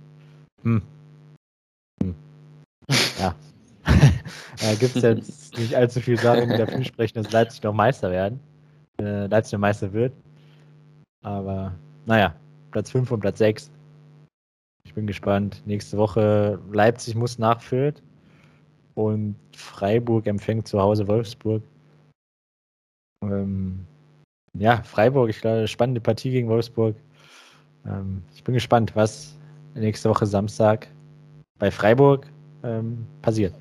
Ja. Da gibt es jetzt nicht allzu viel Sachen, die dafür sprechen, dass Leipzig noch Meister werden. Leipzig noch Meister wird. Aber naja, Platz 5 und Platz 6. Ich bin gespannt. Nächste Woche Leipzig muss nach Fürth und Freiburg empfängt zu Hause Wolfsburg. Ja, Freiburg, ich glaube, spannende Partie gegen Wolfsburg. Ich bin gespannt, was nächste Woche Samstag bei Freiburg passiert.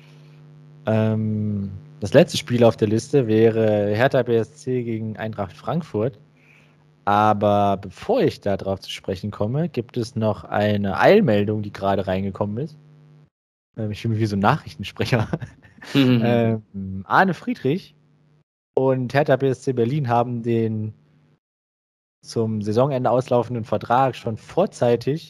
Das letzte Spiel auf der Liste wäre Hertha BSC gegen Eintracht Frankfurt. Aber bevor ich da drauf zu sprechen komme, gibt es noch eine Eilmeldung, die gerade reingekommen ist. Ich fühle mich wie so ein Nachrichtensprecher. Arne Friedrich und Hertha BSC Berlin haben den zum Saisonende auslaufenden Vertrag schon vorzeitig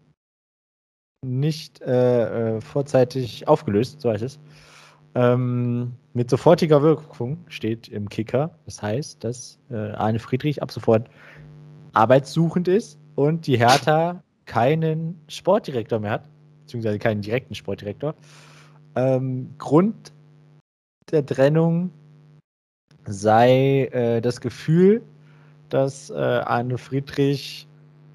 aufgelöst, so heißt es. Mit sofortiger Wirkung steht im Kicker. Das heißt, dass Arne Friedrich ab sofort arbeitssuchend ist und die Hertha keinen Sportdirektor mehr hat, beziehungsweise keinen direkten Sportdirektor. Grund der Trennung sei das Gefühl, dass Arne Friedrich,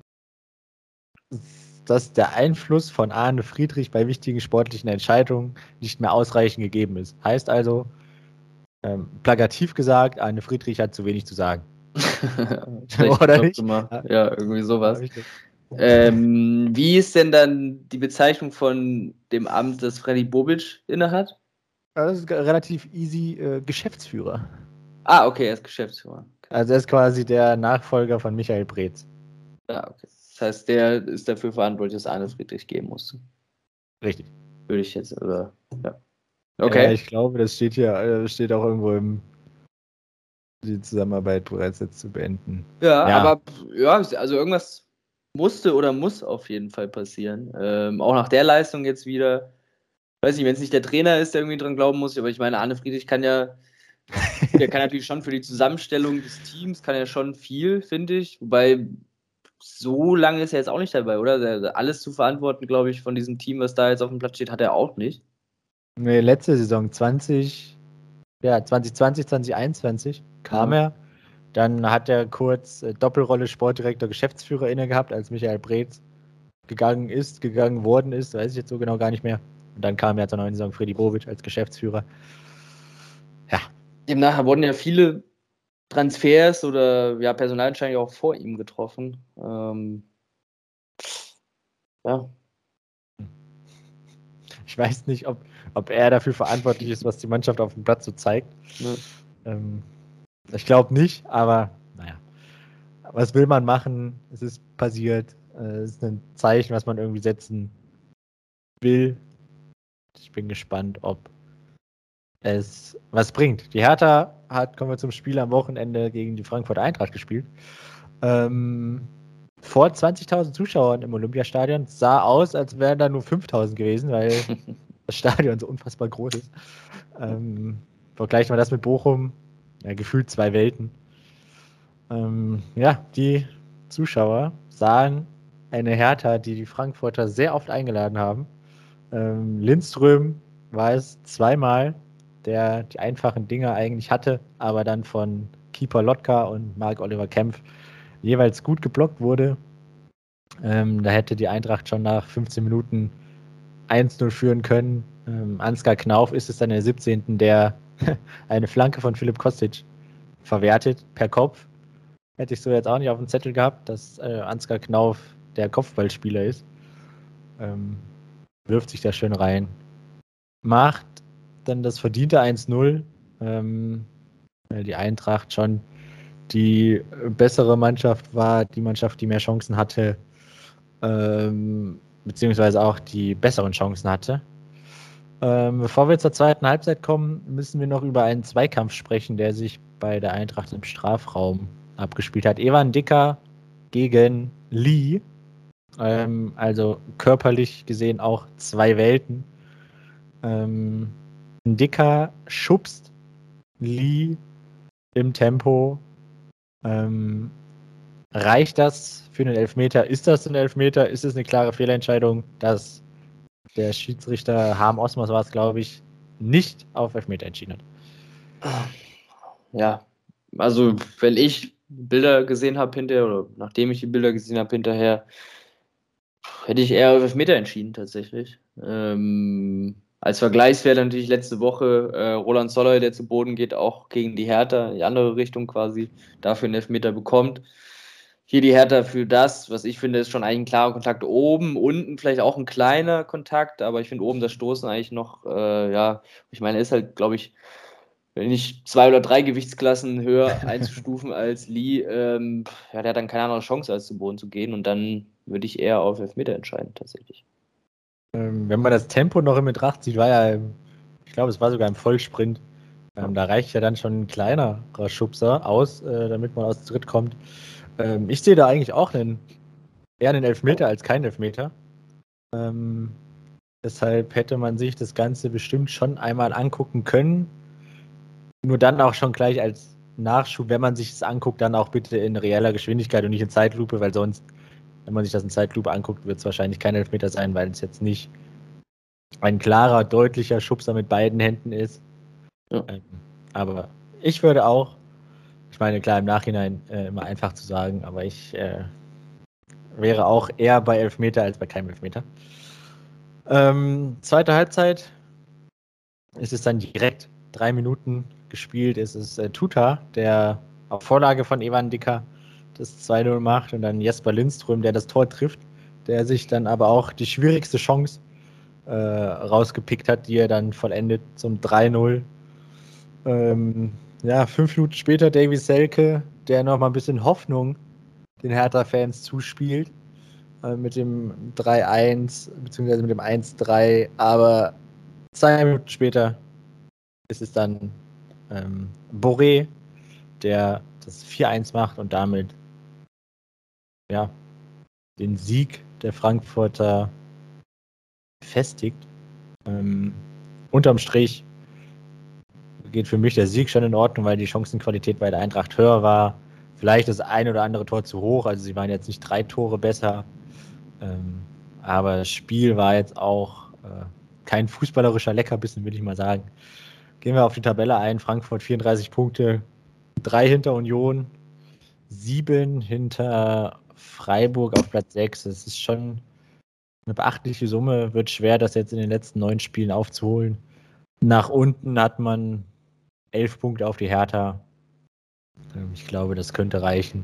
dass der Einfluss von Arne Friedrich bei wichtigen sportlichen Entscheidungen nicht mehr ausreichend gegeben ist. Heißt also, plakativ gesagt, Arne Friedrich hat zu wenig zu sagen. Oder nicht? Ja, irgendwie sowas. Wie ist denn dann die Bezeichnung von dem Amt, das Freddy Bobic innehat? Das ist relativ easy, Geschäftsführer. Ah, okay, er ist Geschäftsführer. Okay. Also er ist quasi der Nachfolger von Michael Preetz. Ja, okay. Das heißt, der ist dafür verantwortlich, dass Arne Friedrich gehen musste. Richtig. Würde ich jetzt, oder? Ja. Okay. Ja, ich glaube, das steht hier, steht auch irgendwo die Zusammenarbeit bereits jetzt zu beenden. Ja, aber ja, also irgendwas musste oder muss auf jeden Fall passieren. Auch nach der Leistung jetzt wieder. Weiß nicht, wenn es nicht der Trainer ist, der irgendwie dran glauben muss, aber ich meine, Arne Friedrich kann ja, der kann natürlich schon für die Zusammenstellung des Teams, kann ja schon viel, finde ich. Wobei, so lange ist er jetzt auch nicht dabei, oder? Alles zu verantworten, glaube ich, von diesem Team, was da jetzt auf dem Platz steht, hat er auch nicht. Nee, letzte Saison 2020, 2021 kam er Dann hat er kurz Doppelrolle Sportdirektor, Geschäftsführer inne gehabt, als Michael Breetz gegangen worden ist, weiß ich jetzt so genau gar nicht mehr. Und dann kam ja zur neuen Saison Freddy Bobic als Geschäftsführer. Ja. Demnach wurden ja viele Transfers oder ja, Personalentscheidungen auch vor ihm getroffen. Ja. Ich weiß nicht, ob er dafür verantwortlich ist, was die Mannschaft auf dem Platz so zeigt. Ne. Ich glaube nicht, aber naja. Was will man machen? Es ist passiert. Es ist ein Zeichen, was man irgendwie setzen will. Ich bin gespannt, ob es was bringt. Die Hertha kommen wir zum Spiel am Wochenende gegen die Frankfurter Eintracht gespielt. Vor 20.000 Zuschauern im Olympiastadion. Sah aus, als wären da nur 5.000 gewesen, weil das Stadion so unfassbar groß ist. Vergleichen wir das mit Bochum, ja, gefühlt 2 Welten. Ja, die Zuschauer sahen eine Hertha, die Frankfurter sehr oft eingeladen haben. Lindström war es 2-mal, der die einfachen Dinger eigentlich hatte, aber dann von Keeper Lotka und Marc-Oliver Kempf jeweils gut geblockt wurde. Da hätte die Eintracht schon nach 15 Minuten 1-0 führen können. Ansgar Knauf ist es dann in der 17., der eine Flanke von Philipp Kostic verwertet per Kopf. Hätte ich so jetzt auch nicht auf dem Zettel gehabt, dass Ansgar Knauf der Kopfballspieler ist. Wirft sich da schön rein. Macht dann das verdiente 1-0. Die Eintracht schon die bessere Mannschaft war, die Mannschaft, die mehr Chancen hatte, beziehungsweise auch die besseren Chancen hatte. Bevor wir zur zweiten Halbzeit kommen, müssen wir noch über einen Zweikampf sprechen, der sich bei der Eintracht im Strafraum abgespielt hat. Evan Dicker gegen Lee. Also körperlich gesehen auch 2 Welten. Dicker schubst Lee im Tempo. Reicht das für einen Elfmeter? Ist das ein Elfmeter? Ist es eine klare Fehlentscheidung, dass der Schiedsrichter Harm Osmers war es, glaube ich, nicht auf Elfmeter entschieden hat? Ja, also wenn ich Bilder gesehen habe hinterher oder nachdem ich die Bilder gesehen habe hinterher, hätte ich eher auf Elfmeter entschieden tatsächlich. Als Vergleichswert natürlich letzte Woche Roland Soller, der zu Boden geht, auch gegen die Hertha, in die andere Richtung quasi, dafür einen Elfmeter bekommt. Hier die Hertha für das, was ich finde, ist schon eigentlich ein klarer Kontakt oben, unten vielleicht auch ein kleiner Kontakt, aber ich finde oben das Stoßen eigentlich noch, ja, ich meine, er ist halt, glaube ich, wenn nicht 2 oder 3 Gewichtsklassen höher einzustufen als Lee, ja, der hat dann keine andere Chance, als zu Boden zu gehen und dann würde ich eher auf Elfmeter entscheiden, tatsächlich. Wenn man das Tempo noch in Betracht zieht, war ja, ich glaube, es war sogar im Vollsprint. Da reicht ja dann schon ein kleinerer Schubser aus, damit man aus Dritt kommt. Ich sehe da eigentlich auch eher einen Elfmeter als keinen Elfmeter. Deshalb hätte man sich das Ganze bestimmt schon einmal angucken können. Nur dann auch schon gleich als Nachschub, wenn man sich das anguckt, dann auch bitte in reeller Geschwindigkeit und nicht in Zeitlupe, weil sonst, wenn man sich das in Zeitlupe anguckt, wird es wahrscheinlich kein Elfmeter sein, weil es jetzt nicht ein klarer, deutlicher Schubser mit beiden Händen ist. Ja. Aber ich würde auch, ich meine, klar, im Nachhinein immer einfach zu sagen, aber ich wäre auch eher bei Elfmeter als bei keinem Elfmeter. Zweite Halbzeit ist es dann direkt 3 Minuten gespielt. Es ist Tuta, der auf Vorlage von Evan Dicker das 2-0 macht und dann Jesper Lindström, der das Tor trifft, der sich dann aber auch die schwierigste Chance rausgepickt hat, die er dann vollendet zum 3-0. Ja, 5 Minuten später Davy Selke, der nochmal ein bisschen Hoffnung den Hertha-Fans zuspielt mit dem 3-1 beziehungsweise mit dem 1-3, aber 2 Minuten später ist es dann Boré, der das 4-1 macht und damit ja, den Sieg der Frankfurter festigt. Unterm Strich geht für mich der Sieg schon in Ordnung, weil die Chancenqualität bei der Eintracht höher war. Vielleicht das ein oder andere Tor zu hoch, also sie waren jetzt nicht 3 Tore besser. Aber das Spiel war jetzt auch kein fußballerischer Leckerbissen, würde ich mal sagen. Gehen wir auf die Tabelle ein. Frankfurt 34 Punkte, 3 hinter Union, 7 hinter Freiburg auf Platz 6. Das ist schon eine beachtliche Summe. Wird schwer, das jetzt in den letzten 9 Spielen aufzuholen. Nach unten hat man 11 Punkte auf die Hertha. Ich glaube, das könnte reichen,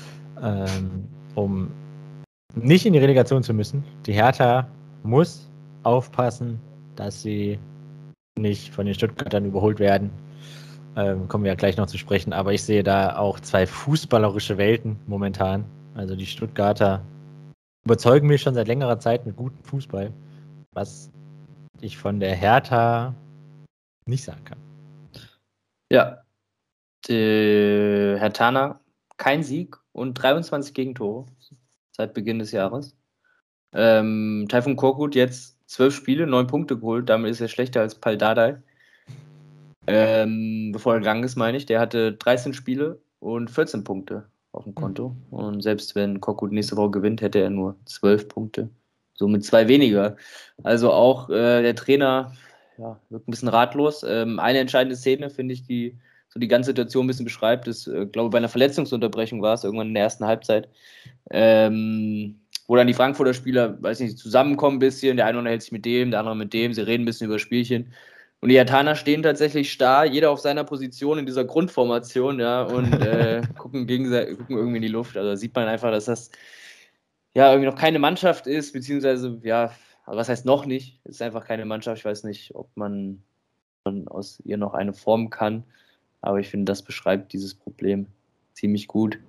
um nicht in die Relegation zu müssen. Die Hertha muss aufpassen, dass sie nicht von den Stuttgartern überholt werden. Kommen wir ja gleich noch zu sprechen. Aber ich sehe da auch 2 fußballerische Welten momentan. Also die Stuttgarter überzeugen mich schon seit längerer Zeit mit gutem Fußball, was ich von der Hertha nicht sagen kann. Ja, Herr Tana, kein Sieg und 23 Gegentore seit Beginn des Jahres. Taifun Korkut jetzt 12 Spiele, 9 Punkte geholt, damit ist er schlechter als Pal Dardai. Bevor er gegangen ist, meine ich, der hatte 13 Spiele und 14 Punkte auf dem Konto. Und selbst wenn Korkut nächste Woche gewinnt, hätte er nur 12 Punkte. Somit 2 weniger. Also auch der Trainer wirkt ein bisschen ratlos. Eine entscheidende Szene, finde ich, die so die ganze Situation ein bisschen beschreibt, ist, glaube ich, bei einer Verletzungsunterbrechung war es, irgendwann in der ersten Halbzeit, wo dann die Frankfurter Spieler, weiß nicht, zusammenkommen ein bisschen, der eine hält sich mit dem, der andere mit dem, sie reden ein bisschen über Spielchen. Und die Herthaner stehen tatsächlich starr, jeder auf seiner Position in dieser Grundformation, ja, und gucken irgendwie in die Luft. Also da sieht man einfach, dass das ja irgendwie noch keine Mannschaft ist, beziehungsweise, ja, was heißt noch nicht? Es ist einfach keine Mannschaft. Ich weiß nicht, ob man aus ihr noch eine formen kann. Aber ich finde, das beschreibt dieses Problem ziemlich gut.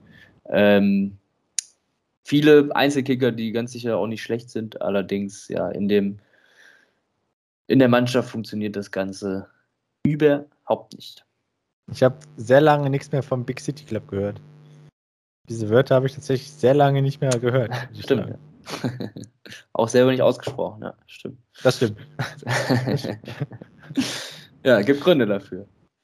Viele Einzelkicker, die ganz sicher auch nicht schlecht sind, allerdings ja in der Mannschaft funktioniert das Ganze überhaupt nicht. Ich habe sehr lange nichts mehr vom Big City Club gehört. Diese Wörter habe ich tatsächlich sehr lange nicht mehr gehört. Stimmt. Ja. Auch selber nicht ausgesprochen, ja, stimmt. Das stimmt. Ja, gibt Gründe dafür.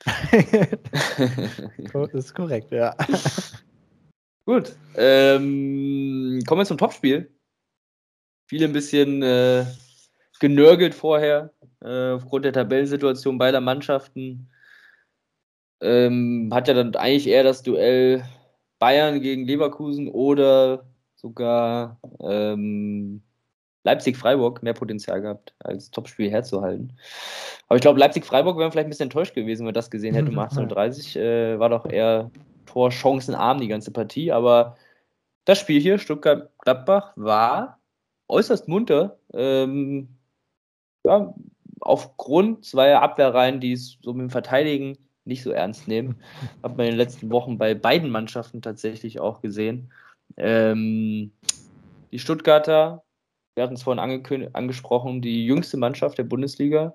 Das ist korrekt, ja. Gut. Kommen wir zum Topspiel. Viele ein bisschen genörgelt vorher, aufgrund der Tabellensituation beider Mannschaften. Hat ja dann eigentlich eher das Duell Bayern gegen Leverkusen oder sogar Leipzig-Freiburg mehr Potenzial gehabt, als Topspiel herzuhalten. Aber ich glaube, Leipzig-Freiburg wäre vielleicht ein bisschen enttäuscht gewesen, wenn man das gesehen hätte um 18:30 Uhr. War doch eher torchancenarm die ganze Partie. Aber das Spiel hier, Stuttgart-Gladbach, war äußerst munter. Aufgrund zweier Abwehrreihen, die es so mit dem Verteidigen nicht so ernst nehmen. Hat man in den letzten Wochen bei beiden Mannschaften tatsächlich auch gesehen. Die Stuttgarter, wir hatten es vorhin angesprochen, die jüngste Mannschaft der Bundesliga.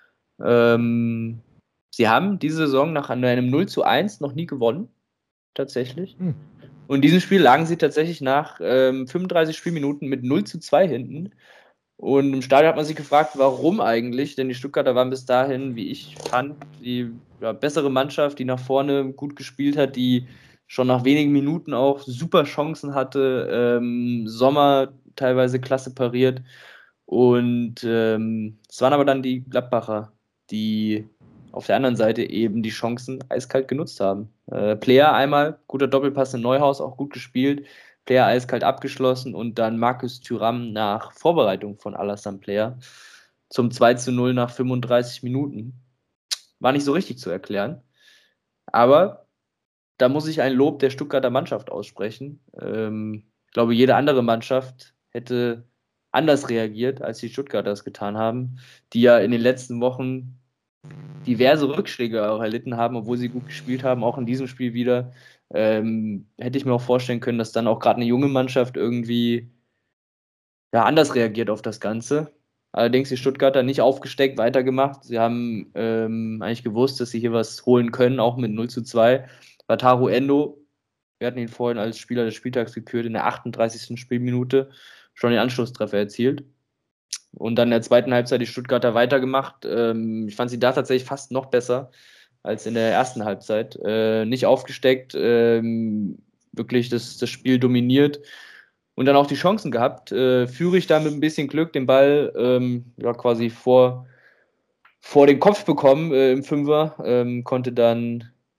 Sie haben diese Saison nach einem 0:1 noch nie gewonnen, tatsächlich. Und in diesem Spiel lagen sie tatsächlich nach 35 Spielminuten mit 0:2 hinten. Und im Stadion hat man sich gefragt, warum eigentlich, denn die Stuttgarter waren bis dahin, wie ich fand, die bessere Mannschaft, die nach vorne gut gespielt hat, die schon nach wenigen Minuten auch super Chancen hatte, Sommer teilweise klasse pariert. Und es waren aber dann die Gladbacher, die auf der anderen Seite eben die Chancen eiskalt genutzt haben. Player einmal, guter Doppelpass in Neuhaus, auch gut gespielt. Player eiskalt abgeschlossen und dann Markus Thuram nach Vorbereitung von Alassane Player zum 2:0 nach 35 Minuten. War nicht so richtig zu erklären. Aber da muss ich ein Lob der Stuttgarter Mannschaft aussprechen. Ich glaube, jede andere Mannschaft hätte anders reagiert, als die Stuttgarter es getan haben, die ja in den letzten Wochen diverse Rückschläge auch erlitten haben, obwohl sie gut gespielt haben, auch in diesem Spiel wieder. Hätte ich mir auch vorstellen können, dass dann auch gerade eine junge Mannschaft irgendwie anders reagiert auf das Ganze. Allerdings die Stuttgarter nicht aufgesteckt, weitergemacht. Sie haben eigentlich gewusst, dass sie hier was holen können, auch mit 0:2. Wataru Endo, wir hatten ihn vorhin als Spieler des Spieltags gekürt, in der 38. Spielminute schon den Anschlusstreffer erzielt. Und dann in der zweiten Halbzeit die Stuttgarter weitergemacht. Ich fand sie da tatsächlich fast noch besser als in der ersten Halbzeit. Nicht aufgesteckt, wirklich das Spiel dominiert und dann auch die Chancen gehabt. Führig da mit ein bisschen Glück den Ball quasi vor den Kopf bekommen im Fünfer, konnte dann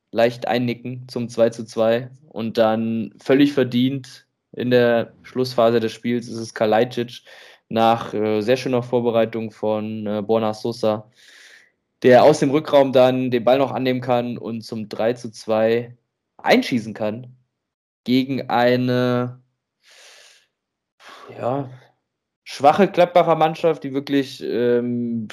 leicht einnicken zum 2:2 und dann völlig verdient in der Schlussphase des Spiels ist es Kalajdzic nach sehr schöner Vorbereitung von Borna Sosa, der aus dem Rückraum dann den Ball noch annehmen kann und zum 3:2 einschießen kann gegen eine schwache Gladbacher Mannschaft, die wirklich gerade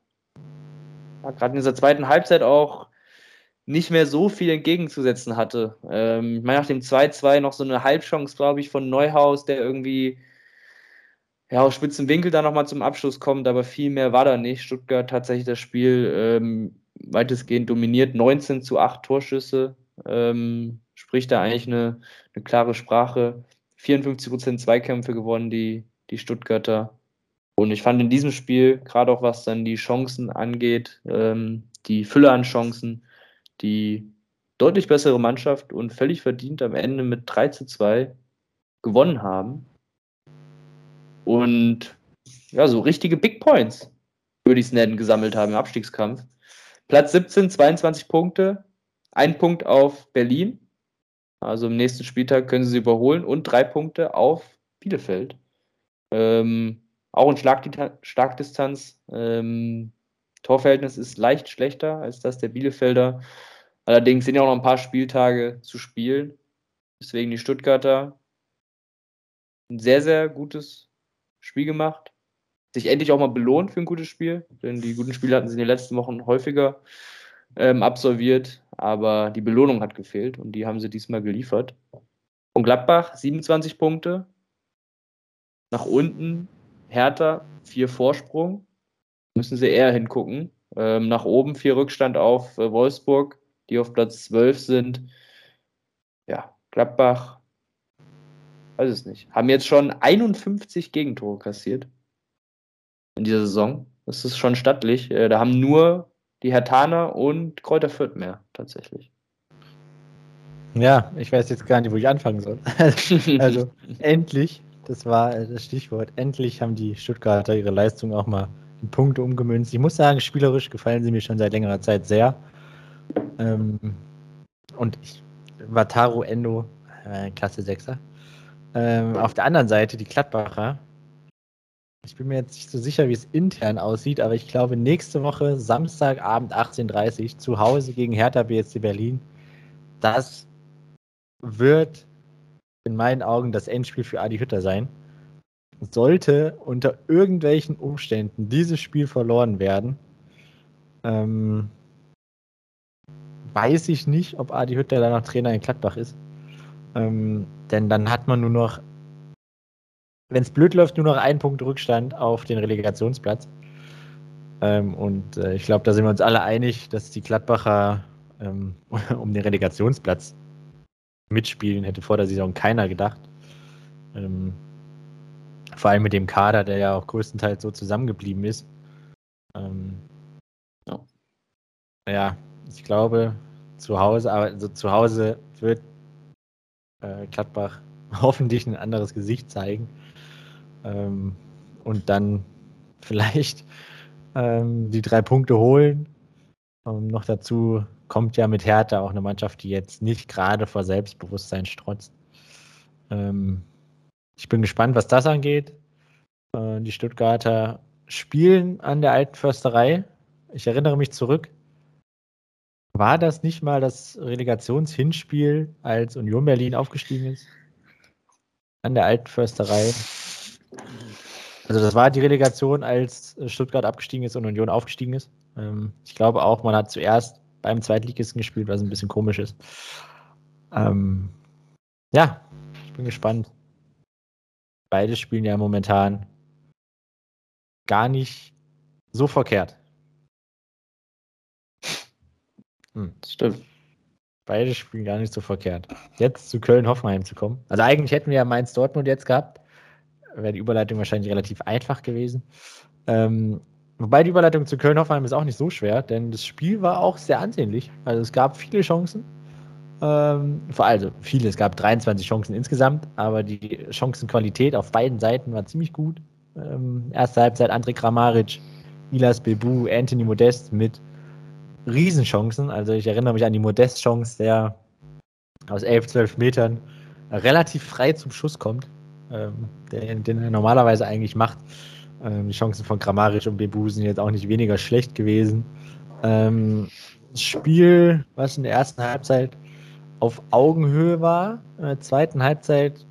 in dieser zweiten Halbzeit auch nicht mehr so viel entgegenzusetzen hatte. Ich meine, nach dem 2:2 noch so eine Halbchance, glaube ich, von Neuhaus, der irgendwie aus spitzen Winkel da nochmal zum Abschluss kommt, aber viel mehr war da nicht. Stuttgart tatsächlich das Spiel weitestgehend dominiert, 19:8 Torschüsse, spricht da eigentlich eine klare Sprache. 54% Zweikämpfe gewonnen, die Stuttgarter. Und ich fand in diesem Spiel, gerade auch was dann die Chancen angeht, die Fülle an Chancen, die deutlich bessere Mannschaft und völlig verdient am Ende mit 3:2 gewonnen haben. Und ja, so richtige Big Points, würde ich es nennen, gesammelt haben im Abstiegskampf. Platz 17, 22 Punkte, 1 Punkt auf Berlin. Also im nächsten Spieltag können sie überholen und 3 Punkte auf Bielefeld. Auch in Schlagdistanz. Torverhältnis ist leicht schlechter als das der Bielefelder. Allerdings sind ja auch noch ein paar Spieltage zu spielen. Deswegen die Stuttgarter ein sehr, sehr gutes Spiel gemacht. Sich endlich auch mal belohnt für ein gutes Spiel. Denn die guten Spiele hatten sie in den letzten Wochen häufiger absolviert. Aber die Belohnung hat gefehlt und die haben sie diesmal geliefert. Und Gladbach 27 Punkte. Nach unten Hertha 4 Vorsprung. Müssen sie eher hingucken. Nach oben 4 Rückstand auf Wolfsburg, die auf Platz 12 sind. Ja, Gladbach, weiß es nicht. Haben jetzt schon 51 Gegentore kassiert in dieser Saison. Das ist schon stattlich. Da haben nur die Herthaner und Kräuter Fürth mehr, tatsächlich. Ja, ich weiß jetzt gar nicht, wo ich anfangen soll. Also, endlich, das war das Stichwort, endlich haben die Stuttgarter ihre Leistung auch mal in Punkte umgemünzt. Ich muss sagen, spielerisch gefallen sie mir schon seit längerer Zeit sehr. Und Wataru Endo, Klasse 6er. Auf der anderen Seite, die Gladbacher. Ich bin mir jetzt nicht so sicher, wie es intern aussieht, aber ich glaube, nächste Woche, Samstagabend 18:30 Uhr, zu Hause gegen Hertha BSC Berlin. Das wird in meinen Augen das Endspiel für Adi Hütter sein. Sollte unter irgendwelchen Umständen dieses Spiel verloren werden, weiß ich nicht, ob Adi Hütter dann noch Trainer in Gladbach ist. Denn dann hat man nur noch, wenn es blöd läuft, nur noch 1 Punkt Rückstand auf den Relegationsplatz. Und ich glaube, da sind wir uns alle einig, dass die Gladbacher um den Relegationsplatz mitspielen, hätte vor der Saison keiner gedacht. Vor allem mit dem Kader, der ja auch größtenteils so zusammengeblieben ist. Ja, ich glaube, zu Hause wird Gladbach hoffentlich ein anderes Gesicht zeigen. Und dann vielleicht die 3 Punkte holen. Noch dazu kommt ja mit Hertha auch eine Mannschaft, die jetzt nicht gerade vor Selbstbewusstsein strotzt. Ich bin gespannt, was das angeht. Die Stuttgarter spielen an der Alten Försterei. Ich erinnere mich zurück. War das nicht mal das Relegationshinspiel, als Union Berlin aufgestiegen ist? An der Alten Försterei. Also das war die Relegation, als Stuttgart abgestiegen ist und Union aufgestiegen ist. Ich glaube auch, man hat zuerst beim Zweitligisten gespielt, was ein bisschen komisch ist. Ja, ich bin gespannt. Beide spielen ja momentan gar nicht so verkehrt. Das stimmt. Beide spielen gar nicht so verkehrt. Jetzt zu Köln-Hoffenheim zu kommen. Also eigentlich hätten wir ja Mainz-Dortmund jetzt gehabt. Wäre die Überleitung wahrscheinlich relativ einfach gewesen. Wobei die Überleitung zu Köln-Hoffenheim ist auch nicht so schwer, denn das Spiel war auch sehr ansehnlich. Also es gab viele Chancen. Es gab 23 Chancen insgesamt, aber die Chancenqualität auf beiden Seiten war ziemlich gut. Erste Halbzeit André Kramaric, Ilas Bebu, Anthony Modest mit Riesenchancen. Also ich erinnere mich an die Modest-Chance, der aus 11, 12 Metern relativ frei zum Schuss kommt, den er normalerweise eigentlich macht. Die Chancen von Kramaric und Bebu sind jetzt auch nicht weniger schlecht gewesen. Das Spiel, was in der ersten Halbzeit auf Augenhöhe war, in der zweiten Halbzeit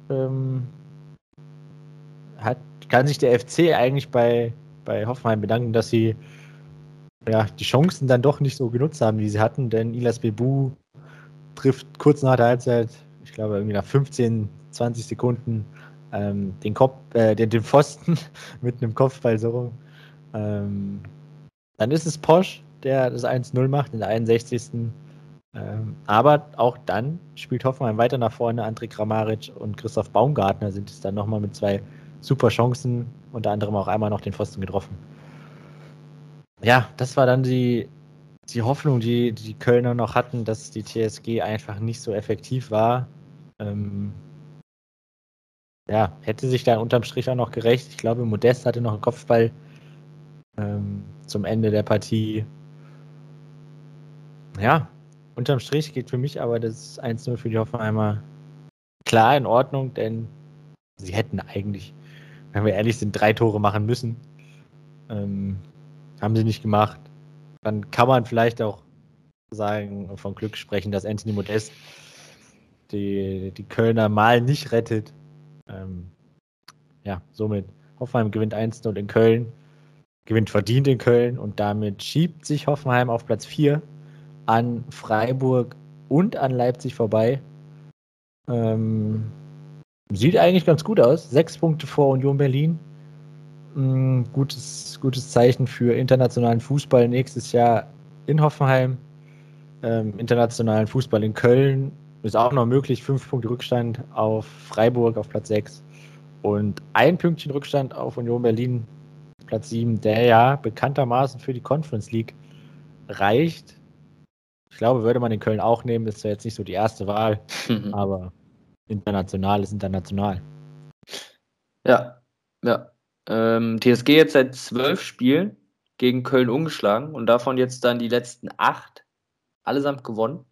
kann sich der FC eigentlich bei Hoffenheim bedanken, dass sie die Chancen dann doch nicht so genutzt haben, die sie hatten, denn Ilas Bebu trifft kurz nach der Halbzeit, ich glaube irgendwie nach 15, 20 Sekunden, den Pfosten mit einem Kopfball so rum. Dann ist es Posch, der das 1-0 macht in der 61. Aber auch dann spielt Hoffenheim weiter nach vorne. André Kramaric und Christoph Baumgartner sind es dann nochmal mit 2 super Chancen, unter anderem auch einmal noch den Pfosten getroffen. Ja, das war dann die Hoffnung, die Kölner noch hatten, dass die TSG einfach nicht so effektiv war. Hätte sich dann unterm Strich auch noch gerecht. Ich glaube, Modest hatte noch einen Kopfball zum Ende der Partie. Ja, unterm Strich geht für mich aber das 1-0 für die Hoffenheimer klar in Ordnung, denn sie hätten eigentlich, wenn wir ehrlich sind, 3 Tore machen müssen. Haben sie nicht gemacht. Dann kann man vielleicht auch sagen, von Glück sprechen, dass Anthony Modest die Kölner mal nicht rettet. Somit Hoffenheim gewinnt 1-0 in Köln, gewinnt verdient in Köln und damit schiebt sich Hoffenheim auf Platz 4 an Freiburg und an Leipzig vorbei. Sieht eigentlich ganz gut aus. 6 Punkte vor Union Berlin. Gutes Zeichen für internationalen Fußball nächstes Jahr in Hoffenheim. Internationalen Fußball in Köln ist auch noch möglich. 5 Punkte Rückstand auf Freiburg auf Platz 6 und 1 Pünktchen Rückstand auf Union Berlin Platz 7, der ja bekanntermaßen für die Conference League reicht. Ich glaube, würde man in Köln auch nehmen, ist ja jetzt nicht so die erste Wahl, aber international ist international. Ja. TSG jetzt seit 12 Spielen gegen Köln ungeschlagen und davon jetzt dann die letzten 8 allesamt gewonnen.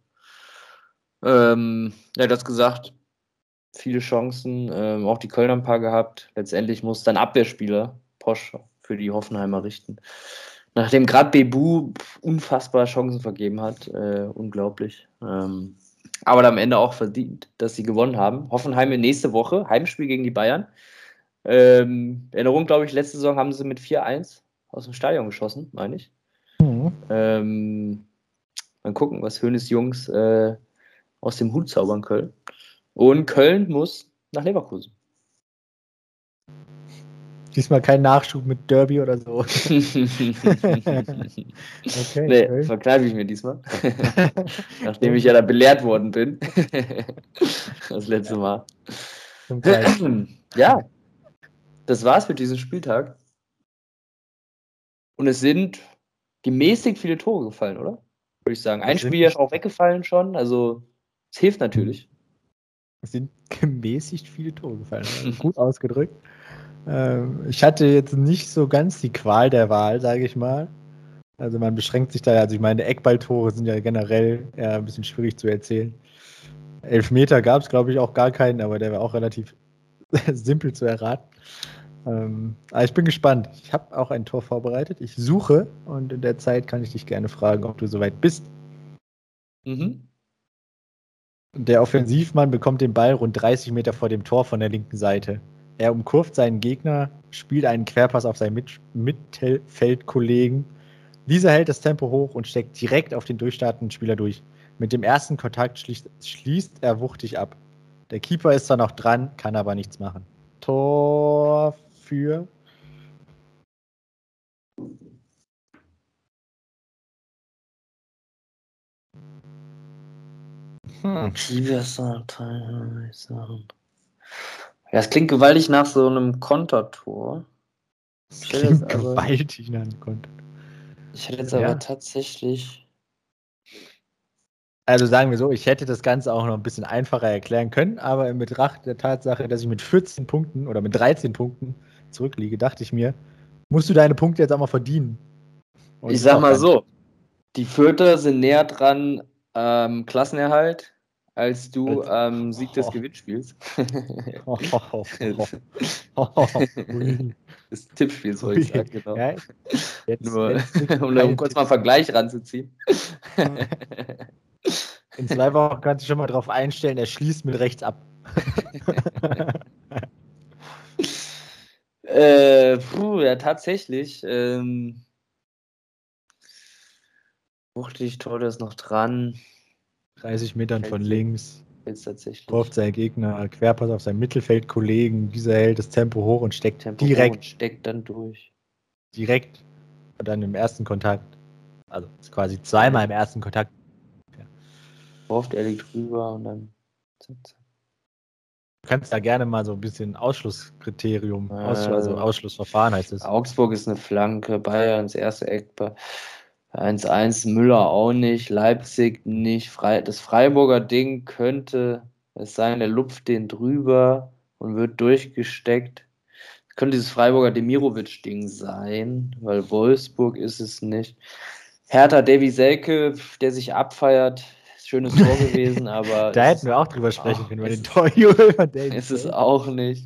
Das gesagt, viele Chancen, auch die Kölner ein paar gehabt. Letztendlich muss dann Abwehrspieler Posch für die Hoffenheimer richten. Nachdem gerade Bebu unfassbar Chancen vergeben hat, unglaublich. Aber am Ende auch verdient, dass sie gewonnen haben. Hoffenheim nächste Woche, Heimspiel gegen die Bayern. Erinnerung, glaube ich, letzte Saison haben sie mit 4-1 aus dem Stadion geschossen, meine ich. Mal gucken, was Hoeneß Jungs aus dem Hut zaubern können. Und Köln muss nach Leverkusen. Diesmal kein Nachschub mit Derby oder so. Okay, nee, verkneife ich mir diesmal. Nachdem ich ja da belehrt worden bin. Das letzte Mal. Ja, das war's für diesen Spieltag. Und es sind gemäßigt viele Tore gefallen, oder? Würde ich sagen. Ein Spiel ist auch weggefallen schon, also es hilft natürlich. Es sind gemäßigt viele Tore gefallen. Gut ausgedrückt. Ich hatte jetzt nicht so ganz die Qual der Wahl, sage ich mal. Also man beschränkt sich da, also ich meine, Eckballtore sind ja generell eher ein bisschen schwierig zu erzählen. Elfmeter gab es, glaube ich, auch gar keinen, aber der war auch relativ simpel zu erraten. Aber ich bin gespannt. Ich habe auch ein Tor vorbereitet. Ich suche und in der Zeit kann ich dich gerne fragen, ob du soweit bist. Der Offensivmann bekommt den Ball rund 30 Meter vor dem Tor von der linken Seite. Er umkurvt seinen Gegner, spielt einen Querpass auf seinen Mittelfeldkollegen. Dieser hält das Tempo hoch und steckt direkt auf den durchstartenden Spieler durch. Mit dem ersten Kontakt schließt er wuchtig ab. Der Keeper ist zwar noch dran, kann aber nichts machen. Tor für... Ja, es klingt gewaltig nach so einem Kontertor. Es klingt gewaltig nach einem Konter. Ich hätte jetzt aber tatsächlich... Also sagen wir so, ich hätte das Ganze auch noch ein bisschen einfacher erklären können, aber in Betracht der Tatsache, dass ich mit 14 Punkten oder mit 13 Punkten zurückliege, dachte ich mir, musst du deine Punkte jetzt auch mal verdienen. Und ich sag mal so, Die Fürther sind näher dran Klassenerhalt als du Sieg des Gewinnspiels. Ui, Des Tippspiels, wollte ich ui. sagen, genau. Ja, Nur, jetzt kriegst du um keine kurz mal einen Tipps mehr. Vergleich ranzuziehen. In 2 Wochen kannst du schon mal drauf einstellen, er schließt mit rechts ab. Ja, tatsächlich. Wuchtig, Tor ist noch dran. 30 Metern von Fällt's links, tatsächlich. kurft seinen Gegner, Querpass auf seinen Mittelfeldkollegen. Dieser hält das Tempo hoch und steckt Tempo hoch direkt und steckt dann durch. und dann im ersten Kontakt. Also ist quasi zweimal im ersten Kontakt. Hofft, er liegt drüber und dann. Du kannst da gerne mal so ein bisschen Ausschlusskriterium, also Ausschlussverfahren heißt es. Augsburg ist eine Flanke, Bayern ins erste Eck, 1-1, Müller auch nicht, Leipzig nicht, das Freiburger Ding könnte es sein, der lupft den drüber und wird durchgesteckt. Könnte dieses Freiburger Demirovic-Ding sein, weil Wolfsburg ist es nicht. Hertha Davy Selke, der sich abfeiert, schönes Tor gewesen, aber Da hätten wir auch drüber sprechen können, über den Torjubel von Davy ist es Selke. auch nicht.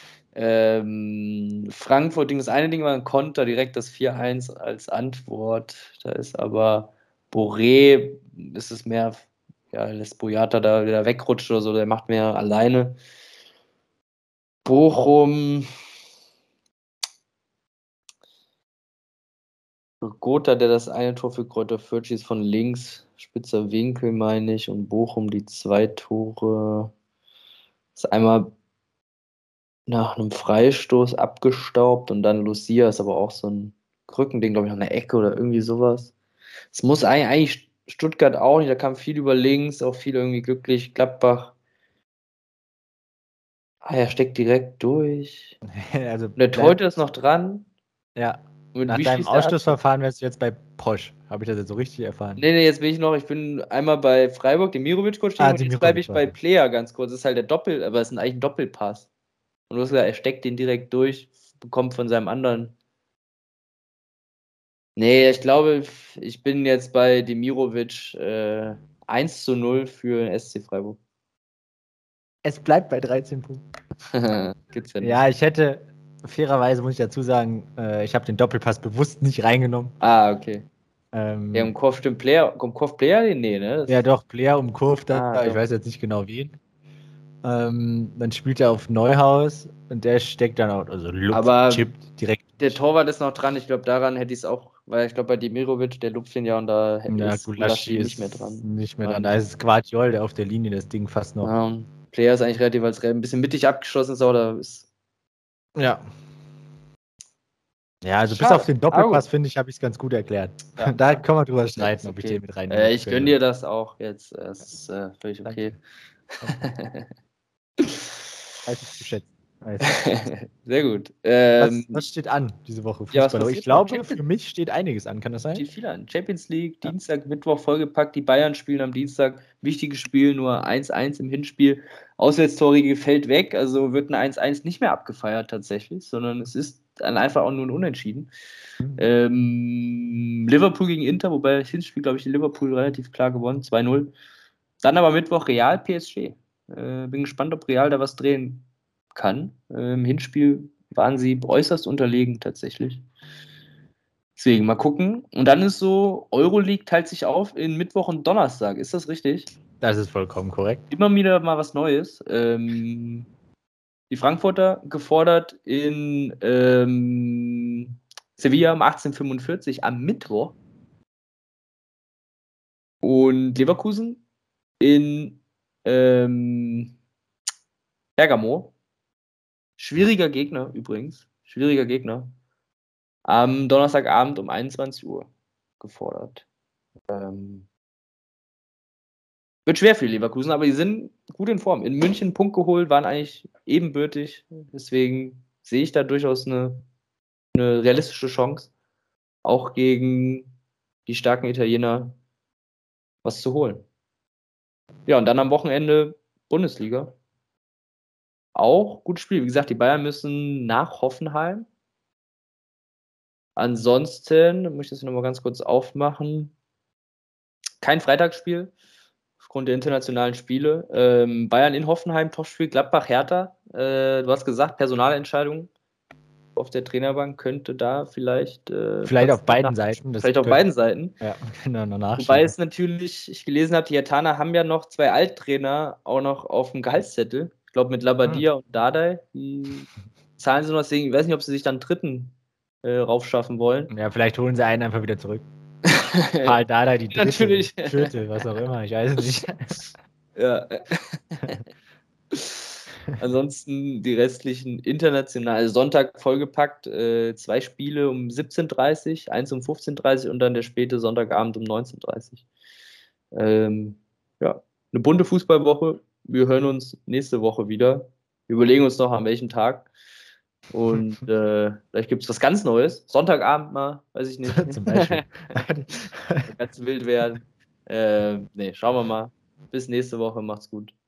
Frankfurt, das eine Ding war ein Konter, direkt das 4-1 als Antwort. Da ist aber Boré, ist es mehr, ja, lässt Boyata da wieder wegrutscht oder so, der macht mehr alleine. Bochum, Gotha, der das eine Tor für Kräuter Fürth schießt von links, spitzer Winkel, meine ich, und Bochum die 2 Tore. Ist einmal nach einem Freistoß abgestaubt und dann Lucia ist aber auch so ein Krückending, glaube ich, an der Ecke oder irgendwie sowas. Es muss eigentlich Stuttgart auch nicht, da kam viel über links, auch viel irgendwie glücklich. Gladbach, er steckt direkt durch. Also Und der Torhüter ist noch dran. Ja. Und Nach wie deinem schließt er ab? Ausschlussverfahren wärst du jetzt bei Posch. Habe ich das jetzt so richtig erfahren? Nee, jetzt ich bin einmal bei Freiburg, Demirovic kurz stehen und jetzt bleibe ich bei Player ganz kurz. Das ist halt aber es ist eigentlich ein Doppelpass. Und du hast gesagt, er steckt den direkt durch, bekommt von seinem anderen. Nee, ich glaube, ich bin jetzt bei Demirovic 1:0 für den SC Freiburg. Es bleibt bei 13 Punkten. Gibt's ja nicht. Ja, ich hätte, fairerweise muss ich dazu sagen, ich habe den Doppelpass bewusst nicht reingenommen. Okay. Ja, umkurvt Player? Nee, ne? Ja, doch, Player umkurvt da. Ich doch. weiß jetzt nicht genau wen. Dann spielt er auf Neuhaus und der steckt dann auch, also chippt direkt. Der Torwart ist noch dran. Ich glaube, daran hätte ich es auch, weil ich glaube, bei Demirovic, der lupft ihn ja und da ist Gulaschi nicht mehr dran. Nicht mehr dran. Da ist es Guardiol, der auf der Linie das Ding fast noch. Player ist eigentlich relativ, weil es ein bisschen mittig abgeschlossen ist, oder ist. Ja. Ja, also schade. Bis auf den Doppelpass, finde ich, habe ich es ganz gut erklärt. Ja. Da kann man drüber streiten, ob ich den mit reinnehme. Ich gönne dir das auch jetzt. Das ist völlig okay. Weiß ich zu schätzen. Sehr gut. Was steht an diese Woche? Fußball. Ja, ich glaube, für mich steht einiges an. Kann das sein? Steht viel an. Champions League, Dienstag, Mittwoch vollgepackt. Die Bayern spielen am Dienstag. Wichtiges Spiel, nur 1-1 im Hinspiel. Auswärtstorige fällt weg. Also wird ein 1-1 nicht mehr abgefeiert tatsächlich, sondern es ist dann einfach auch nur ein Unentschieden. Liverpool gegen Inter, wobei das Hinspiel, glaube ich, die Liverpool relativ klar gewonnen. 2-0. Dann aber Mittwoch Real PSG. Bin gespannt, ob Real da was drehen kann. Im Hinspiel waren sie äußerst unterlegen tatsächlich. Deswegen mal gucken. Und dann ist so, Euroleague teilt sich auf in Mittwoch und Donnerstag. Ist das richtig? Das ist vollkommen korrekt. Immer wieder mal was Neues. Die Frankfurter gefordert in Sevilla um 18:45 am Mittwoch. Und Leverkusen in Bergamo. Schwieriger Gegner übrigens. Am Donnerstagabend um 21 Uhr gefordert. Wird schwer für Leverkusen, aber die sind gut in Form. In München Punkt geholt, waren eigentlich ebenbürtig. Deswegen sehe ich da durchaus eine realistische Chance, auch gegen die starken Italiener was zu holen. Ja, und dann am Wochenende Bundesliga. Auch gutes Spiel. Wie gesagt, die Bayern müssen nach Hoffenheim. Ansonsten, möchte ich das nochmal ganz kurz aufmachen. kein Freitagsspiel aufgrund der internationalen Spiele. Bayern in Hoffenheim, Topspiel, Gladbach, Hertha. Du hast gesagt, Personalentscheidung auf der Trainerbank könnte da vielleicht. Vielleicht auf beiden Seiten. Vielleicht auf beiden Seiten. Ja, genau, noch nachschauen. Wobei es natürlich, ich gelesen habe, die Herthaner haben ja noch 2 Alttrainer auch noch auf dem Gehaltszettel. Ich glaube mit Labadia und Dardai. Die zahlen sie noch, deswegen, ich weiß nicht, ob sie sich dann einen dritten raufschaffen wollen. Ja, vielleicht holen sie einen einfach wieder zurück. Paul Dardai, die dritte, Natürlich. vierte, was auch immer, ich weiß es nicht. Ja. Ansonsten die restlichen international, also Sonntag vollgepackt, 2 Spiele um 17:30 Uhr, eins um 15:30 Uhr und dann der späte Sonntagabend um 19:30 Uhr. Ja, eine bunte Fußballwoche. Wir hören uns nächste Woche wieder. Wir überlegen uns noch, an welchem Tag. Und vielleicht gibt es was ganz Neues. Sonntagabend mal, weiß ich nicht. Zum Beispiel. Ganz wild werden. Nee, schauen wir mal. Bis nächste Woche. Macht's gut.